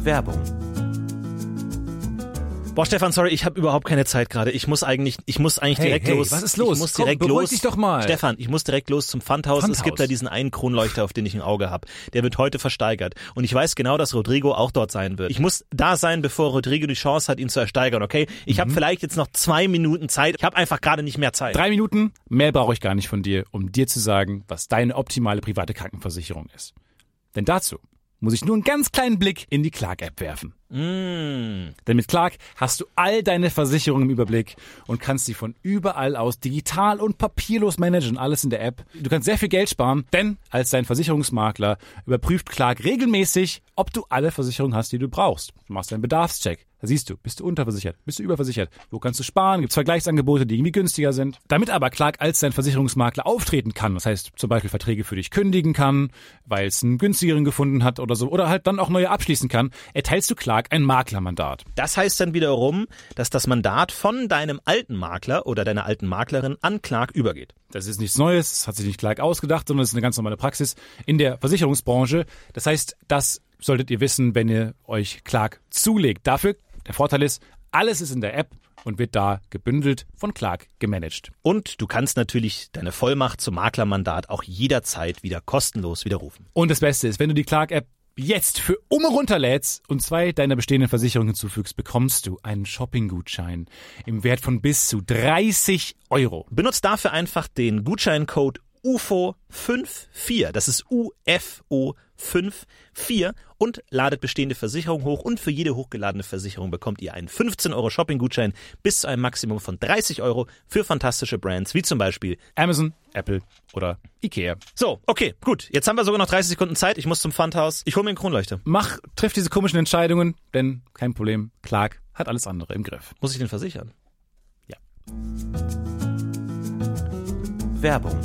Werbung. Boah, Stefan, sorry, ich habe überhaupt keine Zeit gerade. Ich muss eigentlich direkt los. Was ist los? Ich muss direkt los. Dich doch mal. Stefan, ich muss direkt los zum Pfandhaus. Es gibt da diesen einen Kronleuchter, auf den ich ein Auge habe. Der wird heute versteigert. Und ich weiß genau, dass Rodrigo auch dort sein wird. Ich muss da sein, bevor Rodrigo die Chance hat, ihn zu ersteigern, okay? Ich habe vielleicht jetzt noch 2 Minuten Zeit. Ich habe einfach gerade nicht mehr Zeit. 3 Minuten? Mehr brauche ich gar nicht von dir, um dir zu sagen, was deine optimale private Krankenversicherung ist. Denn dazu muss ich nur einen ganz kleinen Blick in die Clark-App werfen. Denn mit Clark hast du all deine Versicherungen im Überblick und kannst sie von überall aus digital und papierlos managen, alles in der App. Du kannst sehr viel Geld sparen, denn als dein Versicherungsmakler überprüft Clark regelmäßig, ob du alle Versicherungen hast, die du brauchst. Du machst einen Bedarfscheck. Da siehst du, bist du unterversichert, bist du überversichert, wo kannst du sparen, gibt es Vergleichsangebote, die irgendwie günstiger sind. Damit aber Clark als dein Versicherungsmakler auftreten kann, das heißt zum Beispiel Verträge für dich kündigen kann, weil es einen günstigeren gefunden hat oder so, oder halt dann auch neue abschließen kann, erteilst du Clark ein Maklermandat. Das heißt dann wiederum, dass das Mandat von deinem alten Makler oder deiner alten Maklerin an Clark übergeht. Das ist nichts Neues, das hat sich nicht Clark ausgedacht, sondern das ist eine ganz normale Praxis in der Versicherungsbranche. Das heißt, das solltet ihr wissen, wenn ihr euch Clark zulegt. Dafür, der Vorteil ist, alles ist in der App und wird da gebündelt von Clark gemanagt. Und du kannst natürlich deine Vollmacht zum Maklermandat auch jederzeit wieder kostenlos widerrufen. Und das Beste ist, wenn du die Clark-App jetzt für runterlädst und 2 deiner bestehenden Versicherungen hinzufügst, bekommst du einen Shopping-Gutschein im Wert von bis zu 30 €. Benutzt dafür einfach den Gutscheincode UFO54, das ist UFO54 und ladet bestehende Versicherungen hoch und für jede hochgeladene Versicherung bekommt ihr einen 15 € Shopping-Gutschein bis zu einem Maximum von 30 € für fantastische Brands wie zum Beispiel Amazon, Apple oder Ikea. So, okay, gut. Jetzt haben wir sogar noch 30 Sekunden Zeit. Ich muss zum Pfandhaus. Ich hole mir einen Kronleuchter. Triff diese komischen Entscheidungen, denn kein Problem, Clark hat alles andere im Griff. Muss ich den versichern? Ja. Werbung.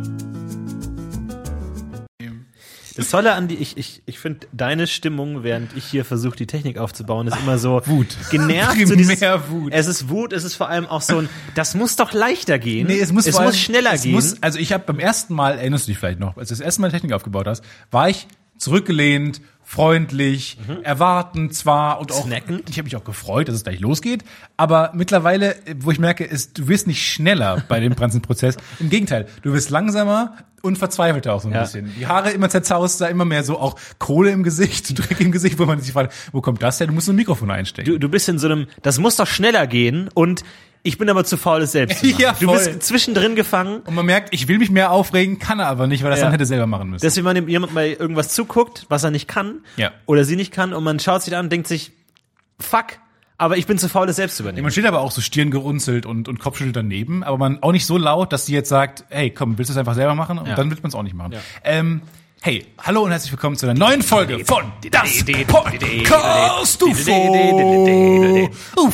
Das Tolle an ich finde deine Stimmung, während ich hier versuche, die Technik aufzubauen, ist immer so Wut. Genervt. Primär Wut. Es ist Wut, es ist vor allem auch so ein, das muss doch leichter gehen. Nee, es muss schneller gehen. Also ich habe beim ersten Mal, erinnerst du dich vielleicht noch, als du das erste Mal Technik aufgebaut hast, war ich zurückgelehnt, freundlich, erwartend zwar und auch snacken. Ich habe mich auch gefreut, dass es gleich losgeht, aber mittlerweile, wo ich merke, du wirst nicht schneller bei dem ganzen Prozess. Im Gegenteil, du wirst langsamer und verzweifelter auch so ein bisschen. Die Haare immer zerzaust, da immer mehr so auch Kohle im Gesicht, Dreck im Gesicht, wo man sich fragt, wo kommt das her? Du musst so ein Mikrofon einstecken. Du bist in so einem, das muss doch schneller gehen und ich bin aber zu faul, es selbst zu machen. Ja, du bist zwischendrin gefangen. Und man merkt, ich will mich mehr aufregen, kann er aber nicht, weil er das dann hätte selber machen müssen. Deswegen, wenn jemand mal irgendwas zuguckt, was er nicht kann oder sie nicht kann und man schaut sich an und denkt sich, fuck, aber ich bin zu faul, das selbst zu übernehmen. Man steht aber auch so Stirn gerunzelt und Kopfschüttelt daneben, aber man auch nicht so laut, dass sie jetzt sagt, hey, komm, willst du das einfach selber machen? Und dann wird man es auch nicht machen. Ja. Hey, hallo und herzlich willkommen zu einer neuen Folge von Das Podcast UFO.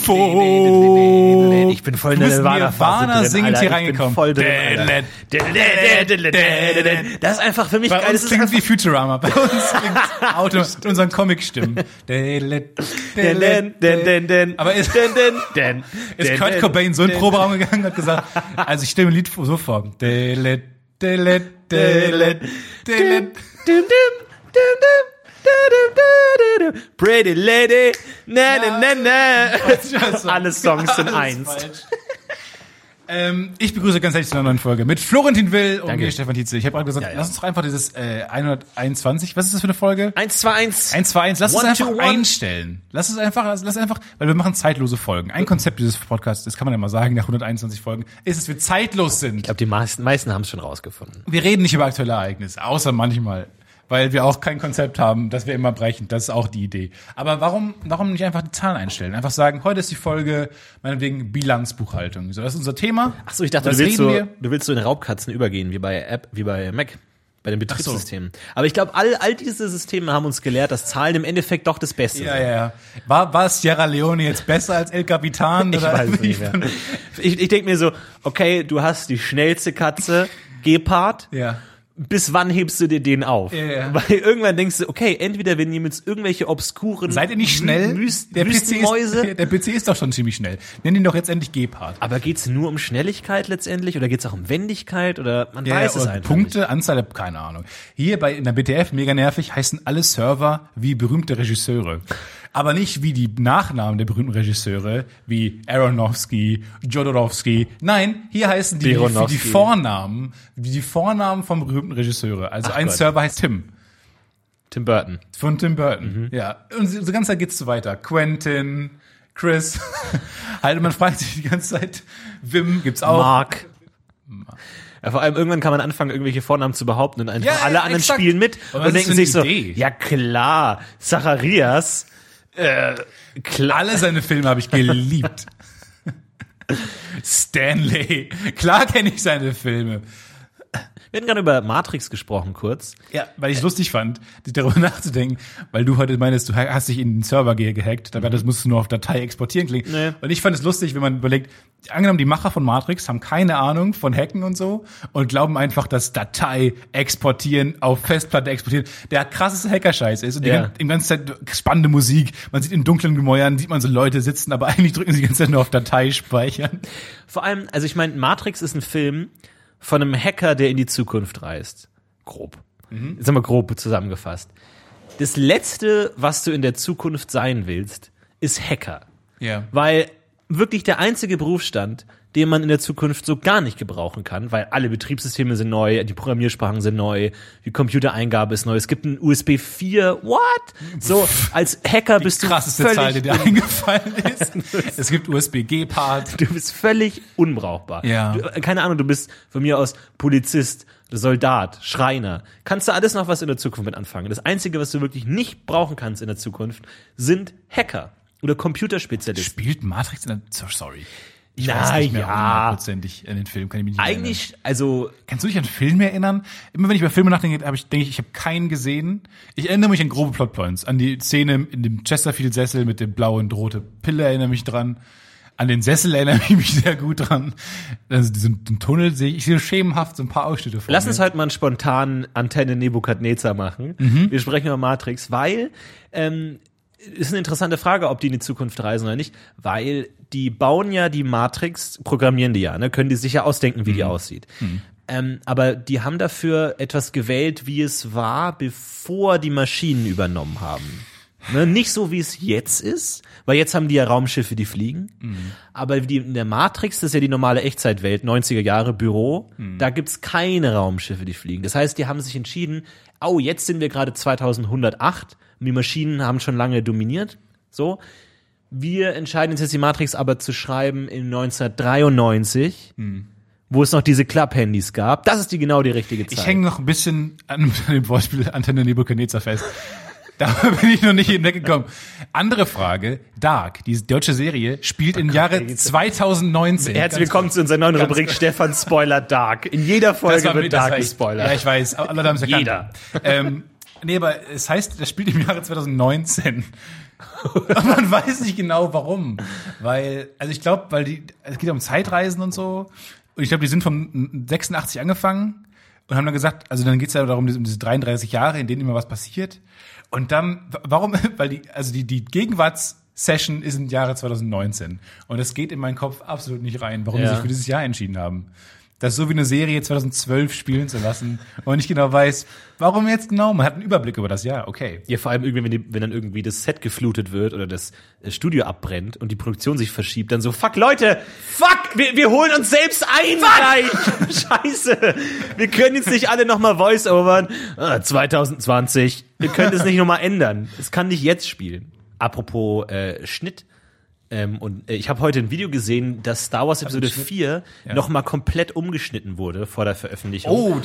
Ich bin voll in der Nirvana-Phase singend hier reingekommen. Voll drin, das ist einfach für mich bei geil. Uns klingt wie Futurama. Bei uns klingt Auto mit unseren Comic-Stimmen. Aber ist Kurt Cobain so in den Proberaum gegangen und hat gesagt, also ich stelle mir ein Lied so vor. Pretty Lady, na na na na. Alle Songs sind eins. Ich begrüße ganz herzlich zu einer neuen Folge mit Florentin Will und mir, Stefan Tietze. Ich habe gerade gesagt, lass uns doch einfach dieses 121, was ist das für eine Folge? 121. 121, lass es einfach einstellen. Lass einfach, weil wir machen zeitlose Folgen. Ein Konzept dieses Podcasts, das kann man ja mal sagen, nach 121 Folgen, ist, dass wir zeitlos sind. Ich glaube, die meisten haben es schon rausgefunden. Wir reden nicht über aktuelle Ereignisse, außer manchmal. Weil wir auch kein Konzept haben, das wir immer brechen. Das ist auch die Idee. Aber warum nicht einfach die Zahlen einstellen? Einfach sagen, heute ist die Folge, meinetwegen Bilanzbuchhaltung. So, das ist unser Thema. Ach so, ich dachte, du willst so in Raubkatzen übergehen, wie bei Mac, bei den Betriebssystemen. So. Aber ich glaube, all diese Systeme haben uns gelehrt, dass Zahlen im Endeffekt doch das Beste sind. Ja. War Sierra Leone jetzt besser als El Capitan? Ich weiß nicht mehr. Ich denke mir so, okay, du hast die schnellste Katze, Gepard. Ja. bis wann hebst du dir den auf? Ja. Weil irgendwann denkst du, okay, entweder wir nehmen jetzt irgendwelche obskuren Seid ihr nicht schnell? Der PC ist doch schon ziemlich schnell. Nenn ihn doch jetzt endlich Gepard. Aber geht's nur um Schnelligkeit letztendlich oder geht's auch um Wendigkeit oder man weiß es einfach Punkte, nicht. Anzahl, keine Ahnung. Hier in der BTF, mega nervig, heißen alle Server wie berühmte Regisseure. Aber nicht wie die Nachnamen der berühmten Regisseure, wie Aronofsky, Jodorowsky. Nein, hier heißen die wie die Vornamen von berühmten Regisseure. Also ein Gott. Server heißt Tim. Tim Burton. Von Tim Burton, ja. Und so ganz Zeit geht's so weiter. Quentin, Chris. Halt, man fragt sich die ganze Zeit, Wim gibt's auch. Mark. Ja, vor allem irgendwann kann man anfangen, irgendwelche Vornamen zu behaupten und einfach alle anderen spielen mit und denken sich so, ja klar, Zacharias, klar. Alle seine Filme habe ich geliebt. Stanley. Klar kenne ich seine Filme. Wir hatten gerade über Matrix gesprochen, kurz. Ja, weil ich es lustig fand, sich darüber nachzudenken, weil du heute meinst, du hast dich in den Server gehackt, dabei das musst du nur auf Datei exportieren klicken. Nee. Und ich fand es lustig, wenn man überlegt, angenommen, die Macher von Matrix haben keine Ahnung von Hacken und so und glauben einfach, dass Datei exportieren, auf Festplatte exportieren, der krasseste Hackerscheiß ist. Und die ganze Zeit spannende Musik, man sieht in dunklen Gemäuern, sieht man so Leute sitzen, aber eigentlich drücken sie die ganze Zeit nur auf Datei speichern. Vor allem, also ich meine, Matrix ist ein Film von einem Hacker, der in die Zukunft reist. Grob. Jetzt haben wir grob zusammengefasst. Das Letzte, was du in der Zukunft sein willst, ist Hacker. Ja. Weil wirklich der einzige Berufsstand, den man in der Zukunft so gar nicht gebrauchen kann, weil alle Betriebssysteme sind neu, die Programmiersprachen sind neu, die Computereingabe ist neu, es gibt ein USB 4, what? So, als Hacker bist du krasseste Zahl, die dir eingefallen ist. Es gibt USB-G-Part. Du bist völlig unbrauchbar. Ja. Keine Ahnung, du bist von mir aus Polizist, Soldat, Schreiner. Kannst du alles noch was in der Zukunft mit anfangen. Das Einzige, was du wirklich nicht brauchen kannst in der Zukunft, sind Hacker oder Computerspezialisten. Spielt Matrix in der... Sorry. Ich weiß nicht mehr hundertprozentig an den Film, kann ich mich nicht eigentlich, erinnern. Also... Kannst du dich an Filme erinnern? Immer wenn ich über Filme nachdenke, denke ich habe keinen gesehen. Ich erinnere mich an grobe Plotpoints. An die Szene in dem Chesterfield-Sessel mit dem blauen rote Pille erinnere mich dran. An den Sessel erinnere ich mich sehr gut dran. Also diesen Tunnel sehe ich schemenhaft so ein paar Ausschnitte vor. Lass uns heute mal einen spontanen Antenne Nebukadnezar machen. Wir sprechen über Matrix, weil ist eine interessante Frage, ob die in die Zukunft reisen oder nicht, weil die bauen ja die Matrix, programmieren die ja, ne, können die sich ja ausdenken, wie die aussieht. Aber die haben dafür etwas gewählt, wie es war, bevor die Maschinen übernommen haben. Ne, nicht so, wie es jetzt ist, weil jetzt haben die ja Raumschiffe, die fliegen. Aber die in der Matrix, das ist ja die normale Echtzeitwelt, 90er Jahre Büro, da gibt's keine Raumschiffe, die fliegen. Das heißt, die haben sich entschieden, jetzt sind wir gerade 2108 und die Maschinen haben schon lange dominiert. So, wir entscheiden uns jetzt die Matrix aber zu schreiben in 1993, wo es noch diese Klapp-Handys gab. Das ist die richtige Zeit. Ich hänge noch ein bisschen an dem Wortspiel Antenne Nebukadnezar fest. Da bin ich noch nicht hinweggekommen. Andere Frage, Dark, die deutsche Serie, spielt im Jahre 2019. Herzlich willkommen zu unserer neuen Rubrik Stefan Spoiler Dark. In jeder Folge wird Dark gespoilert. Ja, ich weiß, alle haben es erkannt. Jeder. Nee, aber es heißt, das spielt im Jahre 2019. Und man weiß nicht genau, warum. Weil, also ich glaube, es geht um Zeitreisen und so. Und ich glaube, die sind von 86 angefangen und haben dann gesagt, also dann geht es ja darum, um diese 33 Jahre, in denen immer was passiert. Und dann, warum? Weil die Gegenwartssession ist im Jahre 2019. Und das geht in meinen Kopf absolut nicht rein, warum die sich für dieses Jahr entschieden haben. Das ist so wie eine Serie 2012 spielen zu lassen und nicht genau weiß, warum jetzt genau. Man hat einen Überblick über das Jahr, okay. Ja, vor allem irgendwie, wenn dann irgendwie das Set geflutet wird oder das Studio abbrennt und die Produktion sich verschiebt, dann so, fuck Leute, wir holen uns selbst ein gleich. Scheiße, wir können jetzt nicht alle nochmal Voice-overn. 2020, wir können das nicht nochmal ändern. Es kann nicht jetzt spielen. Apropos Schnitt. Und ich habe heute ein Video gesehen, dass Star Wars Episode 4 nochmal komplett umgeschnitten wurde vor der Veröffentlichung. Oh,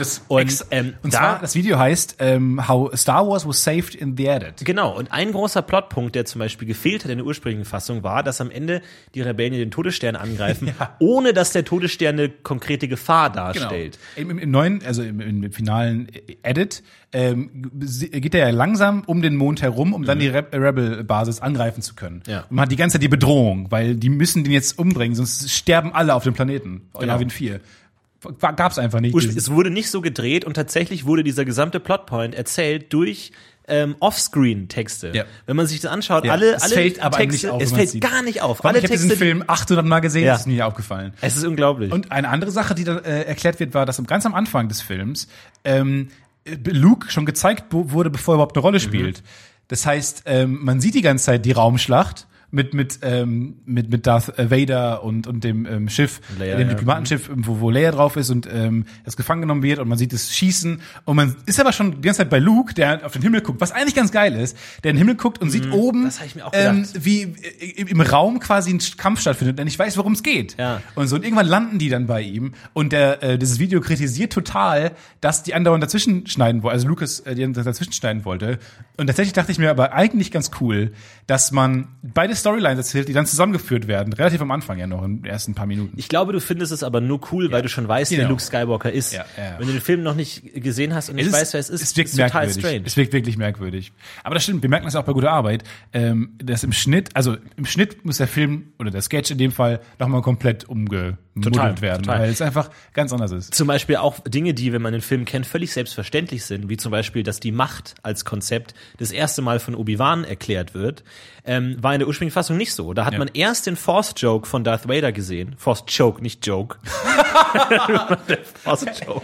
das Video heißt How Star Wars was saved in the edit. Genau, und ein großer Plotpunkt, der zum Beispiel gefehlt hat in der ursprünglichen Fassung, war, dass am Ende die Rebellen den Todesstern angreifen, ohne dass der Todesstern eine konkrete Gefahr darstellt. Genau. Im neuen, also im finalen Edit, geht er ja langsam um den Mond herum, um dann die Rebel-Basis angreifen zu können. Ja. Und man hat die ganze Zeit die Bedrohung, weil die müssen den jetzt umbringen, sonst sterben alle auf dem Planeten. Genau. In 4. Gab's einfach nicht. Es wurde nicht so gedreht und tatsächlich wurde dieser gesamte Plotpoint erzählt durch Offscreen-Texte. Ja. Wenn man sich das anschaut, alle fällt aber Texte, nicht auf, es fällt gar nicht auf. Ich habe diesen Film 800 Mal gesehen, ist mir aufgefallen. Es ist unglaublich. Und eine andere Sache, die dann erklärt wird, war, dass ganz am Anfang des Films Luke schon gezeigt wurde, bevor er überhaupt eine Rolle spielt. Das heißt, man sieht die ganze Zeit die Raumschlacht mit Darth Vader und dem Schiff, Leia, dem Diplomatenschiff, wo Leia drauf ist und das gefangen genommen wird und man sieht es schießen und man ist aber schon die ganze Zeit bei Luke, der auf den Himmel guckt, was eigentlich ganz geil ist, der in den Himmel guckt und sieht oben, das hab ich mir auch gedacht. Wie im Raum quasi ein Kampf stattfindet, denn ich weiß, worum es geht. Ja. Und so und irgendwann landen die dann bei ihm und dieses Video kritisiert total, dass die andauernd dazwischen schneiden wollen, also Lucas die dazwischen schneiden wollte. Und tatsächlich dachte ich mir aber eigentlich ganz cool, dass man beide Storylines erzählt, die dann zusammengeführt werden, relativ am Anfang ja noch, in den ersten paar Minuten. Ich glaube, du findest es aber nur cool, weil du schon weißt, wer Luke Skywalker ist. Ja. Wenn du den Film noch nicht gesehen hast und nicht weißt, wer es ist total strange. Es wirkt wirklich merkwürdig. Aber das stimmt, wir merken das auch bei guter Arbeit, dass im Schnitt muss der Film oder der Sketch in dem Fall nochmal komplett umgemuddelt werden, weil es einfach ganz anders ist. Zum Beispiel auch Dinge, die, wenn man den Film kennt, völlig selbstverständlich sind, wie zum Beispiel, dass die Macht als Konzept das erste Mal von Obi-Wan erklärt wird, war in der ursprünglichen Fassung nicht so. Da hat man erst den Force-Joke von Darth Vader gesehen. Force-Joke, nicht Joke. Der Force-Joke.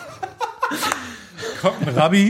Kommt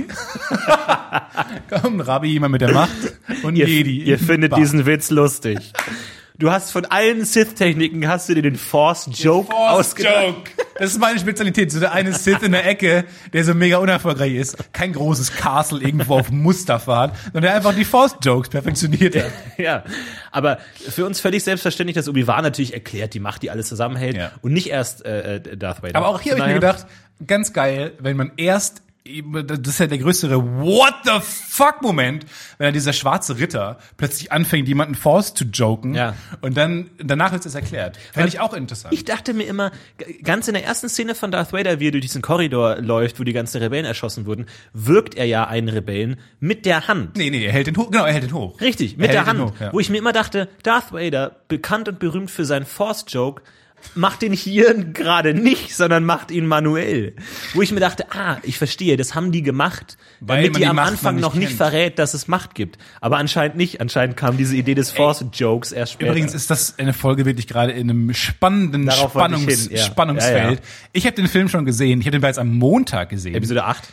ein Rabbi, jemand mit der Macht und Jedi. Ihr findet diesen Witz lustig. Du hast von allen Sith-Techniken hast du dir den Force-Joke ausgedacht. Das ist meine Spezialität. So der eine Sith in der Ecke, der so mega unerfolgreich ist. Kein großes Castle irgendwo auf Mustafan, sondern der einfach die Force-Jokes perfektioniert hat. Ja, aber für uns völlig selbstverständlich, dass Obi-Wan natürlich erklärt, die Macht, die alles zusammenhält und nicht erst Darth Vader. Aber auch hier habe ich mir gedacht, ganz geil, wenn man erst das ist ja der größere What the fuck Moment, wenn dieser schwarze Ritter plötzlich anfängt, jemanden Force zu joken und dann danach wird es erklärt. Fand ich auch interessant. Ich dachte mir immer, ganz in der ersten Szene von Darth Vader, wie er durch diesen Korridor läuft, wo die ganzen Rebellen erschossen wurden, wirkt er ja einen Rebellen mit der Hand. Nee, er hält den hoch. Genau, er hält den hoch. Richtig, mit der Hand. Wo ich mir immer dachte, Darth Vader, bekannt und berühmt für seinen Force-Joke, macht den hier gerade nicht, sondern macht ihn manuell. Wo ich mir dachte, ich verstehe, das haben die gemacht, damit die am Anfang noch nicht verrät, dass es Macht gibt. Aber anscheinend nicht. Anscheinend kam diese Idee des Force-Jokes erst später. Übrigens ist das eine Folge wirklich gerade in einem spannenden Spannungsfeld. Ja. Ich habe den Film schon gesehen. Ich habe den bereits am Montag gesehen. Episode 8.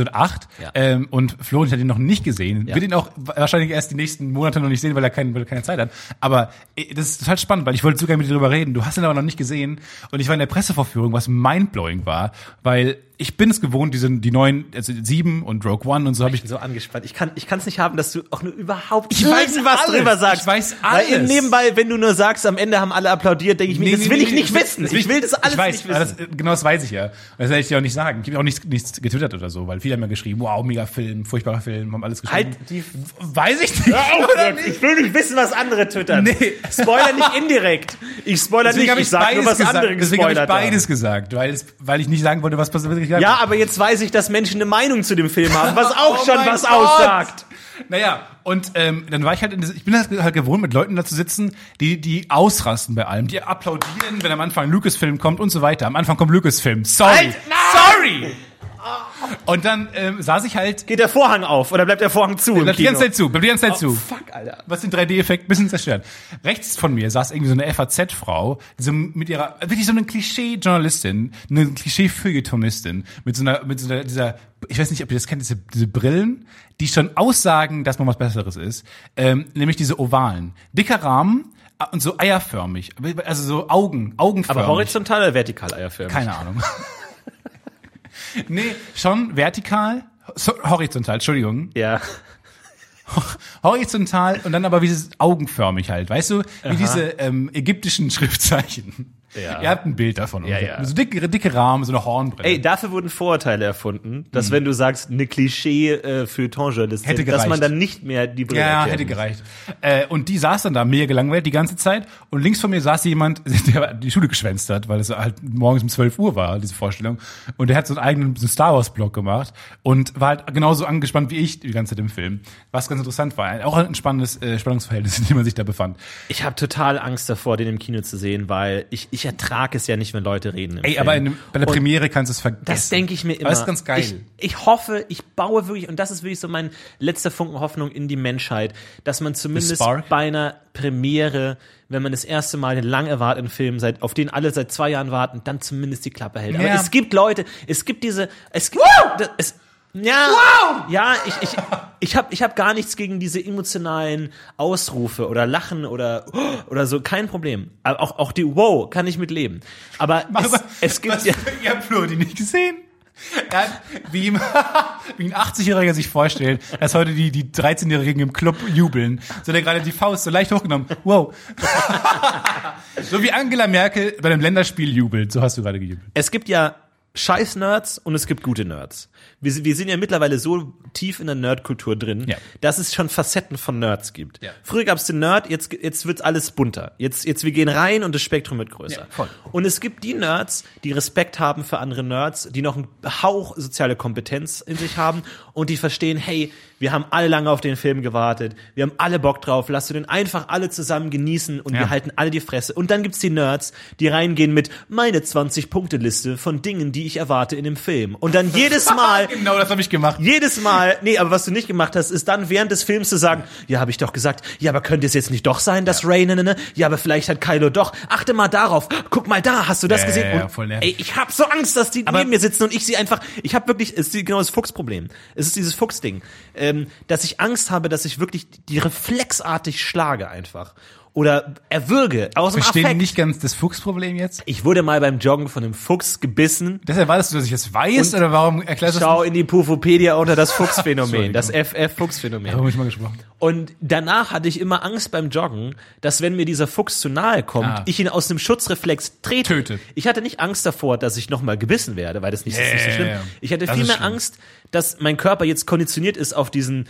Ja. Und Florian hat ihn noch nicht gesehen. Wird ihn auch wahrscheinlich erst die nächsten Monate noch nicht sehen, weil er keine Zeit hat. Aber das ist total spannend, weil ich wollte sogar mit dir drüber reden. Du hast ihn aber noch nicht gesehen. Und ich war in der Pressevorführung, was mindblowing war, weil ich bin es gewohnt, die neuen, also 7 und Rogue One und so habe ich. Bin so angespannt. Ich kann es nicht haben, dass du auch nur überhaupt was drüber sagst. Ich weiß alles. Weil nebenbei, wenn du nur sagst, am Ende haben alle applaudiert, denke ich mir, das will ich nicht wissen. Ich will das alles nicht wissen. Genau, das weiß ich ja. Das werde ich dir auch nicht sagen. Ich habe auch nichts getwittert oder so, weil viele haben ja geschrieben, wow, mega Film, furchtbarer Film, haben alles geschrieben. Weiß ich nicht. Ich will nicht wissen, was andere twittern. Nee. Spoiler nicht indirekt. Ich spoiler nicht, ich sage nur, was andere gespoilert haben. Deswegen habe ich beides gesagt, weil ich nicht sagen wollte, was passiert. Ja, aber jetzt weiß ich, dass Menschen eine Meinung zu dem Film haben, was auch schon was aussagt. Naja, und dann war ich halt ich bin halt gewohnt, mit Leuten da zu sitzen, die ausrasten bei allem, die applaudieren, wenn am Anfang ein Lucasfilm kommt und so weiter. Am Anfang kommt Lucasfilm. Sorry. Und dann saß ich halt. Geht der Vorhang auf oder bleibt der Vorhang zu? Bleibt die ganze Zeit zu. Fuck, Alter. Was den 3D-Effekt ein bisschen zerstört. Rechts von mir saß irgendwie so eine FAZ-Frau, so mit ihrer, wirklich so eine Klischee-Journalistin, eine Klischee-Feuilletonistin, mit so dieser, ich weiß nicht, ob ihr das kennt, diese Brillen, die schon aussagen, dass man was Besseres ist, nämlich diese ovalen. Dicker Rahmen und so eierförmig, also so augenförmig. Aber horizontal oder vertikal eierförmig? Keine Ahnung. Nee, schon vertikal, horizontal, Entschuldigung. Ja. Horizontal und dann aber wie dieses augenförmig halt, weißt du? Wie diese ägyptischen Schriftzeichen. Ja. Ihr habt ein Bild davon. Ja. So dicke Rahmen, so eine Hornbrille. Ey, dafür wurden Vorurteile erfunden, dass wenn du sagst, eine Klischee-Feuilleton-Journalistin, dass man dann nicht mehr die Brille erkennt. Hätte gereicht. Und die saß dann da mega gelangweilt die ganze Zeit und links von mir saß jemand, der die Schule geschwänzt hat, weil es halt morgens um 12 Uhr war, diese Vorstellung. Und der hat so einen eigenen Star Wars-Blog gemacht und war halt genauso angespannt wie ich die ganze Zeit im Film. Was ganz interessant war. Auch ein spannendes Spannungsverhältnis, in dem man sich da befand. Ich habe total Angst davor, den im Kino zu sehen, weil ich ich ertrage es ja nicht, wenn Leute reden im Film. Aber bei der Premiere kannst du es vergessen. Das denke ich mir immer. Aber das ist ganz geil. Ich hoffe, ich baue wirklich, und das ist wirklich so mein letzter Funken Hoffnung in die Menschheit, dass man zumindest bei einer Premiere, wenn man das erste Mal den lang erwarteten Film, auf den alle seit 2 Jahren warten, dann zumindest die Klappe hält. Aber es gibt Leute, ich hab gar nichts gegen diese emotionalen Ausrufe oder Lachen oder so, kein Problem. Aber auch die Wow kann ich mit leben. Aber es gibt Ihr habt Flo die nicht gesehen? Wie ein 80-Jähriger sich vorstellt, dass heute die 13-Jährigen im Club jubeln. So der gerade die Faust so leicht hochgenommen. Wow. So wie Angela Merkel bei einem Länderspiel jubelt. So hast du gerade gejubelt. Es gibt ja Scheiß-Nerds und es gibt gute Nerds. Wir sind ja mittlerweile so tief in der Nerdkultur drin, dass es schon Facetten von Nerds gibt. Ja. Früher gab es den Nerd, jetzt wird's alles bunter. Jetzt wir gehen rein und das Spektrum wird größer. Ja, voll. Und es gibt die Nerds, die Respekt haben für andere Nerds, die noch einen Hauch soziale Kompetenz in sich haben und die verstehen, hey, wir haben alle lange auf den Film gewartet, wir haben alle Bock drauf, lass du den einfach alle zusammen genießen und wir halten alle die Fresse. Und dann gibt's die Nerds, die reingehen mit meine 20-Punkte-Liste von Dingen, die ich erwarte in dem Film. Und dann jedes Mal genau, das habe ich gemacht. Jedes Mal, aber was du nicht gemacht hast, ist dann während des Films zu sagen, ja, habe ich doch gesagt, ja, aber könnte es jetzt nicht doch sein, dass Rey, ja, aber vielleicht hat Kylo doch, achte mal darauf, guck mal da, hast du das gesehen? Und, voll nervig. Ich hab so Angst, dass die neben mir sitzen und ich sie einfach, ich habe wirklich, es ist genau das Fuchsproblem, es ist dieses Fuchsding, dass ich Angst habe, dass ich wirklich die reflexartig schlage einfach. Oder erwürge, aus dem Affekt. Verstehen nicht ganz das Fuchsproblem jetzt? Ich wurde mal beim Joggen von einem Fuchs gebissen. Deshalb erwartest du, dass ich das weiß? Oder warum erklärst du das? Schau in die Pufopedia unter das Fuchsphänomen, das FF-Fuchsphänomen. Darüber hab ich mal gesprochen. Und danach hatte ich immer Angst beim Joggen, dass wenn mir dieser Fuchs zu nahe kommt, ich ihn aus dem Schutzreflex töte. Ich hatte nicht Angst davor, dass ich nochmal gebissen werde, weil das nicht so schlimm. Ich hatte viel mehr Angst, dass mein Körper jetzt konditioniert ist auf diesen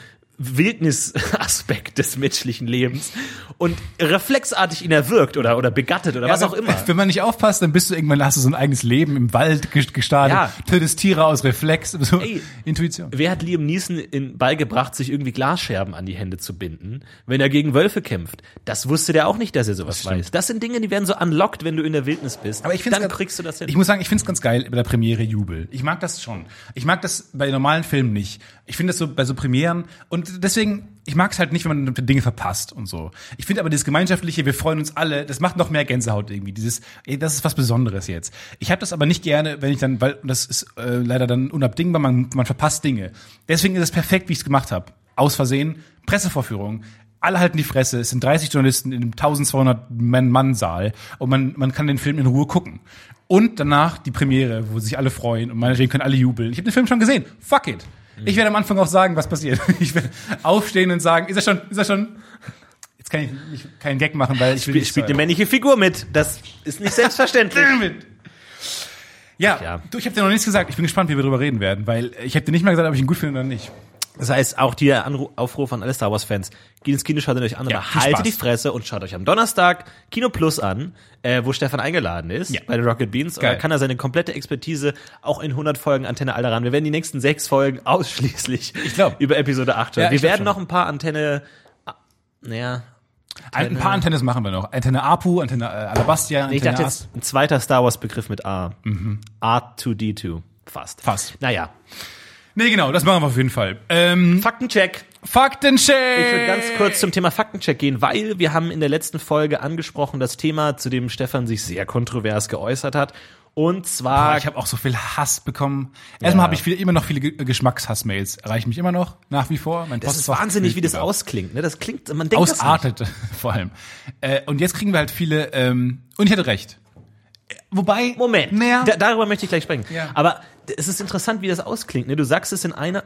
Wildnisaspekt des menschlichen Lebens und reflexartig ihn erwürgt oder begattet oder was auch immer. Wenn man nicht aufpasst, dann hast du so ein eigenes Leben im Wald gestartet, tötest Tiere aus Reflex, so Intuition. Wer hat Liam Neeson beigebracht, sich irgendwie Glasscherben an die Hände zu binden, wenn er gegen Wölfe kämpft? Das wusste der auch nicht, dass er sowas weiß. Das sind Dinge, die werden so unlocked, wenn du in der Wildnis bist. Aber dann kriegst du das hin. Ich muss sagen, ich find's ganz geil bei der Premiere Jubel. Ich mag das schon. Ich mag das bei normalen Filmen nicht. Ich finde das so bei so Premieren und deswegen, ich mag es halt nicht, wenn man Dinge verpasst und so. Ich finde aber dieses Gemeinschaftliche, wir freuen uns alle, das macht noch mehr Gänsehaut irgendwie. Das ist was Besonderes jetzt. Ich habe das aber nicht gerne, wenn ich dann, weil das ist leider dann unabdingbar, man verpasst Dinge. Deswegen ist es perfekt, wie ich es gemacht habe. Aus Versehen, Pressevorführung. Alle halten die Fresse, es sind 30 Journalisten in einem 1200-Mann-Saal und man kann den Film in Ruhe gucken. Und danach die Premiere, wo sich alle freuen und meinetwegen können alle jubeln. Ich habe den Film schon gesehen. Fuck it. Ich werde am Anfang auch sagen, was passiert. Ich werde aufstehen und sagen, ist er schon? Jetzt kann ich keinen Gag machen, weil ich will nicht spielt eine männliche Figur mit. Das ist nicht selbstverständlich. Ja, du, ich habe dir noch nichts gesagt. Ich bin gespannt, wie wir drüber reden werden, weil ich habe dir nicht mal gesagt, ob ich ihn gut finde oder nicht. Das heißt, auch der Aufruf an alle Star Wars Fans, geht ins Kino, schaut euch an, aber haltet die Fresse und schaut euch am Donnerstag Kino Plus an, wo Stefan eingeladen ist, bei den Rocket Beans. Und da kann er seine komplette Expertise auch in 100 Folgen Antenne Alderan. Wir werden die nächsten 6 Folgen ausschließlich über Episode 8 hören. Wir werden noch ein paar Antenne, ein paar Antennes machen wir noch. Antenne Apu, Antenne Alabastia, Antenne Ich dachte jetzt ein zweiter Star Wars Begriff mit A. R2D2. Fast. Naja. Nee, genau, das machen wir auf jeden Fall. Faktencheck. Ich würde ganz kurz zum Thema Faktencheck gehen, weil wir haben in der letzten Folge angesprochen das Thema, zu dem Stefan sich sehr kontrovers geäußert hat. Und zwar... ich habe auch so viel Hass bekommen. Erstmal habe ich immer noch viele Geschmackshassmails. Erreichen mich immer noch, nach wie vor. Das ist wahnsinnig, wie das ausklingt. Ne? Das klingt, man denkt ausartet das nicht. Vor allem. Und jetzt kriegen wir halt viele... und ich hatte recht. Wobei... Moment, darüber möchte ich gleich sprechen. Ja. Aber es ist interessant, wie das ausklingt. Ne? Du sagst es in einer...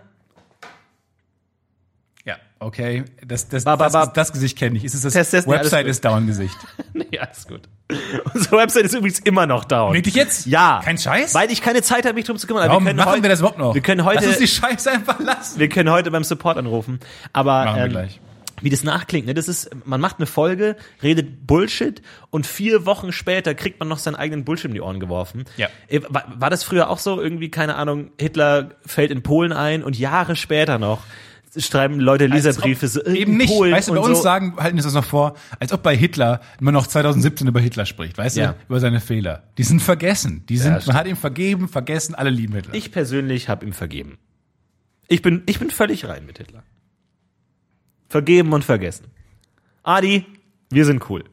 Ja, okay. Das Gesicht kenne ich. Ist es das Website ist Down-Gesicht? Ja, ist gut. Unsere Website ist übrigens immer noch down. Wirklich jetzt? Ja. Kein Scheiß? Weil ich keine Zeit habe, mich drum zu kümmern. Warum machen wir das überhaupt noch? Wir können heute... Lass uns die Scheiße einfach lassen. Wir können heute beim Support anrufen. Aber machen wir gleich. Wie das nachklingt, ne? Das ist, man macht eine Folge, redet Bullshit und 4 Wochen später kriegt man noch seinen eigenen Bullshit in die Ohren geworfen. Ja. War das früher auch so? Irgendwie, keine Ahnung, Hitler fällt in Polen ein und Jahre später noch schreiben Leute Leserbriefe so eben nicht. Polen Weißt du, bei und uns so. halten wir das noch vor, als ob bei Hitler man noch 2017 über Hitler spricht, weißt Ja. du, über seine Fehler. Die sind vergessen. Man hat ihm vergeben, vergessen, alle lieben Hitler. Ich persönlich habe ihm vergeben. Ich bin völlig rein mit Hitler. Vergeben und vergessen. Adi, wir sind cool.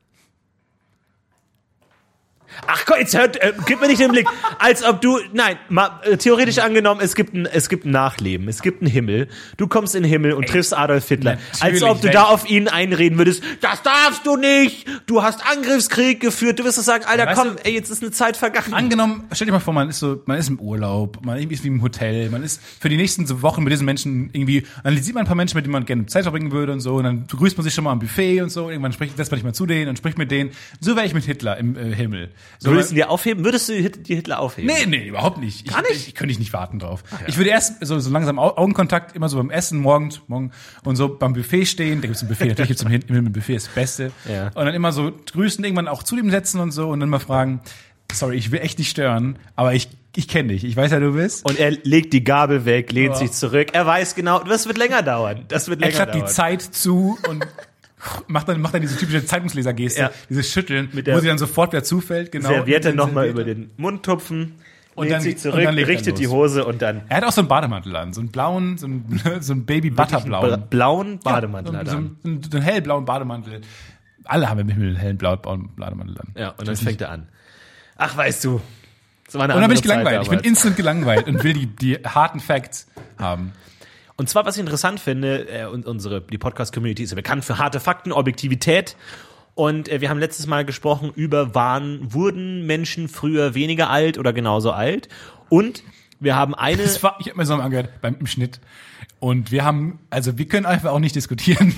Ach Gott, jetzt gib mir nicht den Blick, als ob du, nein, theoretisch angenommen, es gibt ein Nachleben, es gibt einen Himmel, du kommst in den Himmel und triffst Adolf Hitler, als ob du da auf ihn einreden würdest, das darfst du nicht, du hast Angriffskrieg geführt, du wirst doch sagen, Alter, komm, ey, jetzt ist eine Zeit vergangen. Angenommen, stell dir mal vor, man ist im Urlaub, man ist wie im Hotel, man ist für die nächsten Wochen mit diesen Menschen irgendwie, dann sieht man ein paar Menschen, mit denen man gerne Zeit verbringen würde und so, und dann begrüßt man sich schon mal am Buffet und so, irgendwann setzt man sich mal zu denen und spricht mit denen, so wäre ich mit Hitler im Himmel. So, würdest du dir aufheben? Würdest du die Hitler aufheben? Nee, überhaupt nicht. Gar nicht? Ich könnte nicht warten drauf. Ja. Ich würde erst so langsam Augenkontakt, immer so beim Essen, morgen und so beim Buffet stehen. Da gibt's ein Buffet, natürlich gibt's im Buffet das Beste. Ja. Und dann immer so grüßen, irgendwann auch zu dem setzen und so und dann mal fragen, sorry, ich will echt nicht stören, aber ich kenne dich, ich weiß ja, du bist. Und er legt die Gabel weg, lehnt sich zurück. Er weiß genau, das wird länger dauern. Er klappt die Zeit zu und macht dann diese typische Zeitungslesergeste, dieses Schütteln, wo sie dann sofort wieder zufällt. Genau. Serviette nochmal über den Mund tupfen, und lehnt dann sich zurück, richtet die Hose und dann... Er hat auch so einen Bademantel an, so einen blauen, so einen Baby-Butterblauen. Blauen Bademantel so einen hellblauen Bademantel. Alle haben im Himmel einen hellen blauen Bademantel an. Ja, und dann fängt er an. Ach, weißt du, das war eine und dann bin andere ich gelangweilt. Zeit Ich bin instant gelangweilt und will die harten Facts haben. Und zwar, was ich interessant finde, die Podcast-Community ist ja bekannt für harte Fakten, Objektivität. Und wir haben letztes Mal gesprochen über, wurden Menschen früher weniger alt oder genauso alt? Und wir haben ich habe mir so mal angehört im Schnitt. Und wir können einfach auch nicht diskutieren.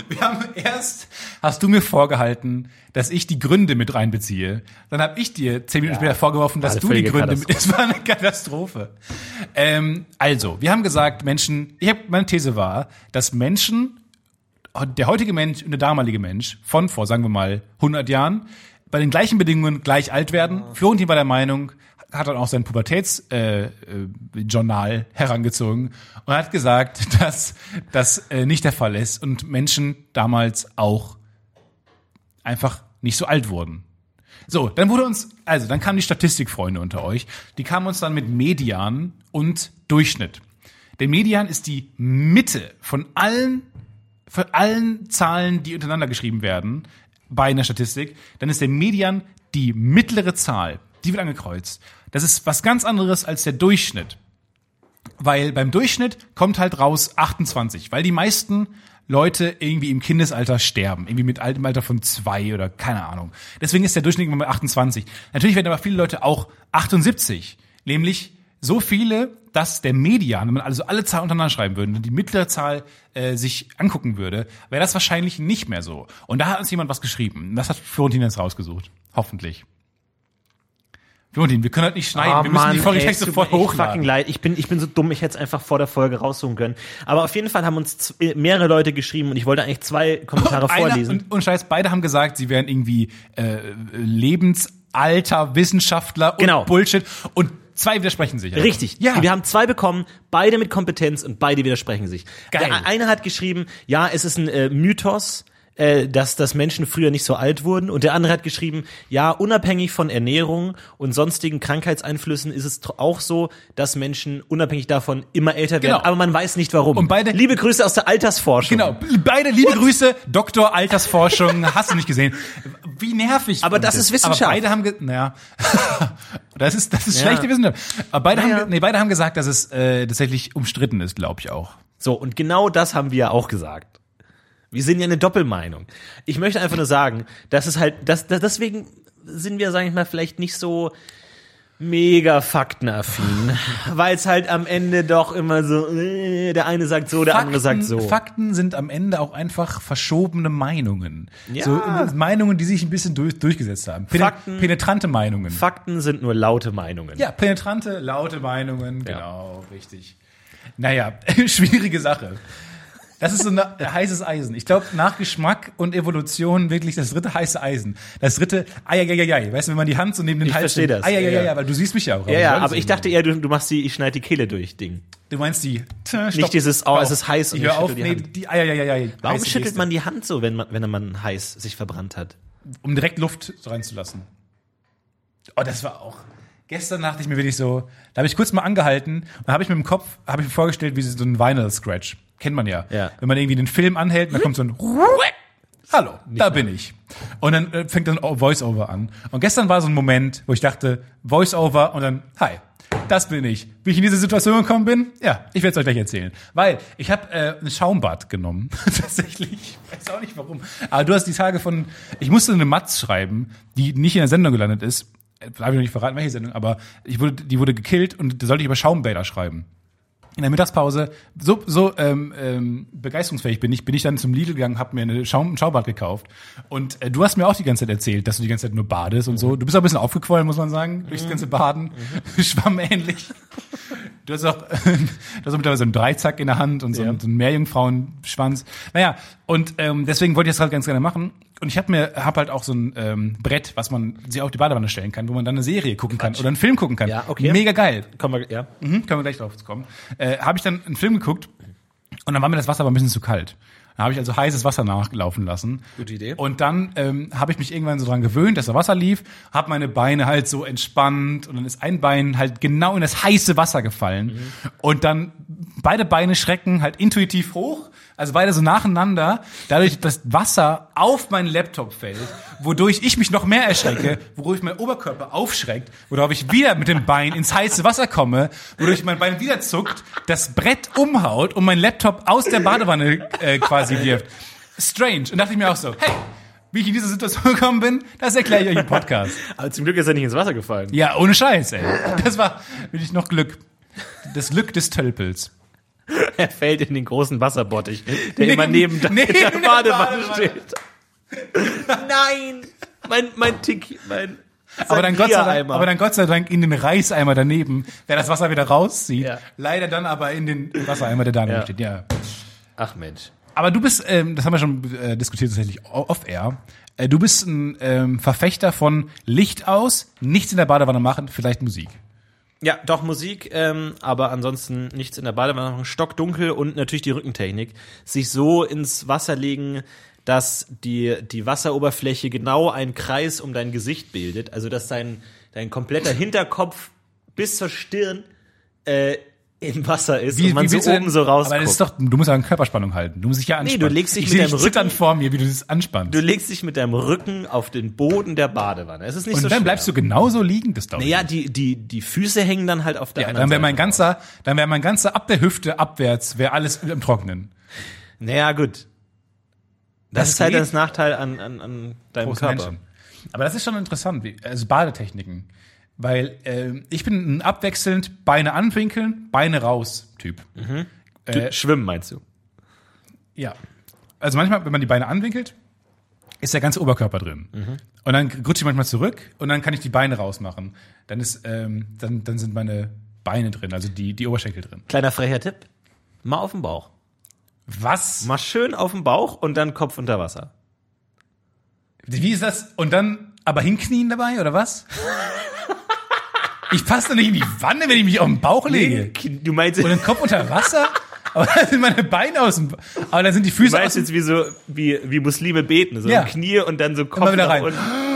Hast du mir vorgehalten, dass ich die Gründe mit reinbeziehe. Dann habe ich dir 10 Minuten später vorgeworfen, dass du die Gründe das war eine Katastrophe. Wir haben gesagt, meine These war, dass der heutige Mensch und der damalige Mensch von vor, sagen wir mal, 100 Jahren bei den gleichen Bedingungen gleich alt werden. Florentin war der Meinung, hat dann auch sein Pubertätsjournal herangezogen und hat gesagt, dass das nicht der Fall ist und Menschen damals auch einfach nicht so alt wurden. So, dann kamen die Statistikfreunde unter euch, die kamen uns dann mit Median und Durchschnitt. Der Median ist die Mitte von allen Zahlen, die untereinander geschrieben werden bei einer Statistik. Dann ist der Median die mittlere Zahl, die wird angekreuzt. Das ist was ganz anderes als der Durchschnitt. Weil beim Durchschnitt kommt halt raus 28, weil die meisten Leute irgendwie im Kindesalter sterben, irgendwie im Alter von 2 oder keine Ahnung. Deswegen ist der Durchschnitt immer bei 28. Natürlich werden aber viele Leute auch 78, nämlich so viele, dass der Median, wenn man also alle Zahlen untereinander schreiben würde und die mittlere Zahl sich angucken würde, wäre das wahrscheinlich nicht mehr so. Und da hat uns jemand was geschrieben. Das hat Florentin jetzt rausgesucht. Hoffentlich. Florentin, wir können halt nicht schneiden. Wir müssen die Folge gleich sofort hochladen. Fucking leid. Ich bin so dumm, ich hätte es einfach vor der Folge raussuchen können. Aber auf jeden Fall haben uns mehrere Leute geschrieben und ich wollte eigentlich 2 Kommentare vorlesen. Und Scheiß, beide haben gesagt, sie wären irgendwie Lebensalter, Wissenschaftler und Bullshit. Und 2 widersprechen sich. Einfach. Richtig. Ja. Wir haben 2 bekommen, beide mit Kompetenz und beide widersprechen sich. Geil. Der eine hat geschrieben, ja, es ist ein Mythos, dass Menschen früher nicht so alt wurden. Und der andere hat geschrieben, ja, unabhängig von Ernährung und sonstigen Krankheitseinflüssen ist es auch so, dass Menschen unabhängig davon immer älter werden. Aber man weiß nicht warum. Und beide, liebe Grüße aus der Altersforschung. Genau, beide liebe Grüße, Doktor Altersforschung, hast du nicht gesehen. Wie nervig. Aber das ist Wissenschaft. Aber beide haben das ist schlechte Wissenschaft. Aber beide haben gesagt, dass es tatsächlich umstritten ist, glaube ich auch. So, und genau das haben wir ja auch gesagt. Wir sind ja eine Doppelmeinung. Ich möchte einfach nur sagen, dass es halt, deswegen sind wir, sage ich mal, vielleicht nicht so mega faktenaffin, weil es halt am Ende doch immer so, der eine sagt so, der andere sagt so. Fakten sind am Ende auch einfach verschobene Meinungen. Ja. So Meinungen, die sich ein bisschen durchgesetzt haben. Penetrante Meinungen. Fakten sind nur laute Meinungen. Ja, penetrante, laute Meinungen, genau, richtig. Naja, schwierige Sache. Das ist so ein heißes Eisen. Ich glaube, nach Geschmack und Evolution wirklich das dritte heiße Eisen. Das dritte, Eieieiei. Weißt du, wenn man die Hand so neben den Hals... Ich verstehe das. Eieieiei, weil du siehst mich ja auch. Aber ich dachte eher, du machst ich schneide die Kehle durch, Ding. Du meinst die... Nicht dieses, es ist heiß und ich hör auf, die Hand. die Eieieiei. Warum schüttelt man die Hand so, wenn man heiß sich verbrannt hat? Um direkt Luft reinzulassen. Oh, das war auch... Gestern dachte ich mir wirklich so, da habe ich kurz mal angehalten und habe ich mir vorgestellt, wie so ein Vinyl-Scratch. Kennt man ja. Wenn man irgendwie den Film anhält und da kommt so ein Hallo, da bin ich. Und dann fängt dann Voice-Over an. Und gestern war so ein Moment, wo ich dachte, Voice-Over und dann, hi, das bin ich. Wie ich in diese Situation gekommen bin? Ja, ich werde es euch gleich erzählen. Weil ich habe ein Schaumbad genommen. Tatsächlich. Ich weiß auch nicht warum. Aber du hast die Tage ich musste eine Matz schreiben, die nicht in der Sendung gelandet ist. Darf ich noch nicht verraten, welche Sendung, aber die wurde gekillt und da sollte ich über Schaumbäder schreiben. In der Mittagspause, so begeisterungsfähig bin ich dann zum Lidl gegangen, hab mir ein Schaumbad gekauft. Und du hast mir auch die ganze Zeit erzählt, dass du die ganze Zeit nur badest und so. Du bist auch ein bisschen aufgequollen, muss man sagen, durchs ganze Baden. Schwammähnlich. Du hast mittlerweile einen Dreizack in der Hand und so einen Meerjungfrauenschwanz. Naja, und deswegen wollte ich das halt ganz gerne machen. Und ich hab halt auch so ein Brett, was man sich auf die Badewanne stellen kann, wo man dann eine Serie gucken kann oder einen Film gucken kann. Ja, okay. Mega geil. Können wir gleich drauf kommen. Habe ich dann einen Film geguckt und dann war mir das Wasser aber ein bisschen zu kalt. Dann habe ich also heißes Wasser nachlaufen lassen. Gute Idee. Und dann habe ich mich irgendwann so dran gewöhnt, dass da Wasser lief, habe meine Beine halt so entspannt und dann ist ein Bein halt genau in das heiße Wasser gefallen. Und dann beide Beine schrecken halt intuitiv hoch, also beide so nacheinander, dadurch das Wasser auf meinen Laptop fällt, wodurch ich mich noch mehr erschrecke, wodurch mein Oberkörper aufschreckt, wodurch ich wieder mit dem Bein ins heiße Wasser komme, wodurch mein Bein wieder zuckt, das Brett umhaut und mein Laptop aus der Badewanne quasi wirft. Strange. Und dachte ich mir auch so, hey, wie ich in diese Situation gekommen bin, das erkläre ich euch im Podcast. Aber zum Glück ist er nicht ins Wasser gefallen. Ja, ohne Scheiß, ey. Das war wirklich noch Glück. Das Glück des Tölpels. Er fällt in den großen Wasserbottich, der immer neben der Badewanne steht. Nein! Mein aber dann Gott sei Dank in den Reißeimer daneben, der das Wasser wieder rauszieht. Ja. Leider dann aber in den Wassereimer, der daneben steht. Ja. Ach Mensch. Aber du bist, das haben wir schon diskutiert tatsächlich off-air, du bist ein Verfechter von Licht aus, nichts in der Badewanne machen, vielleicht Musik. Ja, doch Musik, aber ansonsten nichts in der Badewanne machen, stockdunkel und natürlich die Rückentechnik. Sich so ins Wasser legen, dass die Wasseroberfläche genau einen Kreis um dein Gesicht bildet, also dass dein kompletter Hinterkopf bis zur Stirn im Wasser ist und man so oben so rausguckt. Aber das ist doch, du musst ja eine Körperspannung halten. Du musst dich ja anspannen. Nee, du legst dich mit deinem Rücken vor mir, wie du das anspannst. Du legst dich mit deinem Rücken auf den Boden der Badewanne. Es ist nicht und so dann schwer. Bleibst du genauso liegen, das dauert. Naja, die Füße hängen dann halt auf der anderen Seite. Dann wäre mein ganzer ab der Hüfte abwärts, wäre alles im Trocknen. Naja, gut. Das ist halt das Nachteil an deinem Körper. Menschen. Aber das ist schon interessant, also Badetechniken. Weil ich bin ein abwechselnd Beine anwinkeln, Beine raus Typ. Mhm. Schwimmen meinst du? Ja. Also manchmal, wenn man die Beine anwinkelt, ist der ganze Oberkörper drin. Mhm. Und dann rutsche ich manchmal zurück und dann kann ich die Beine rausmachen. Dann ist dann sind meine Beine drin, also die Oberschenkel drin. Kleiner frecher Tipp. Mal auf den Bauch. Was? Mal schön auf den Bauch und dann Kopf unter Wasser. Wie ist das? Und dann aber hinknien dabei, oder was? Ich passe doch nicht in die Wanne, wenn ich mich auf den Bauch lege. Du meinst und den Kopf unter Wasser? Aber dann sind meine Beine aus dem... Aber dann sind die Füße... Du meinst jetzt wie Muslime beten, so im Knie und dann so Kopf wieder rein.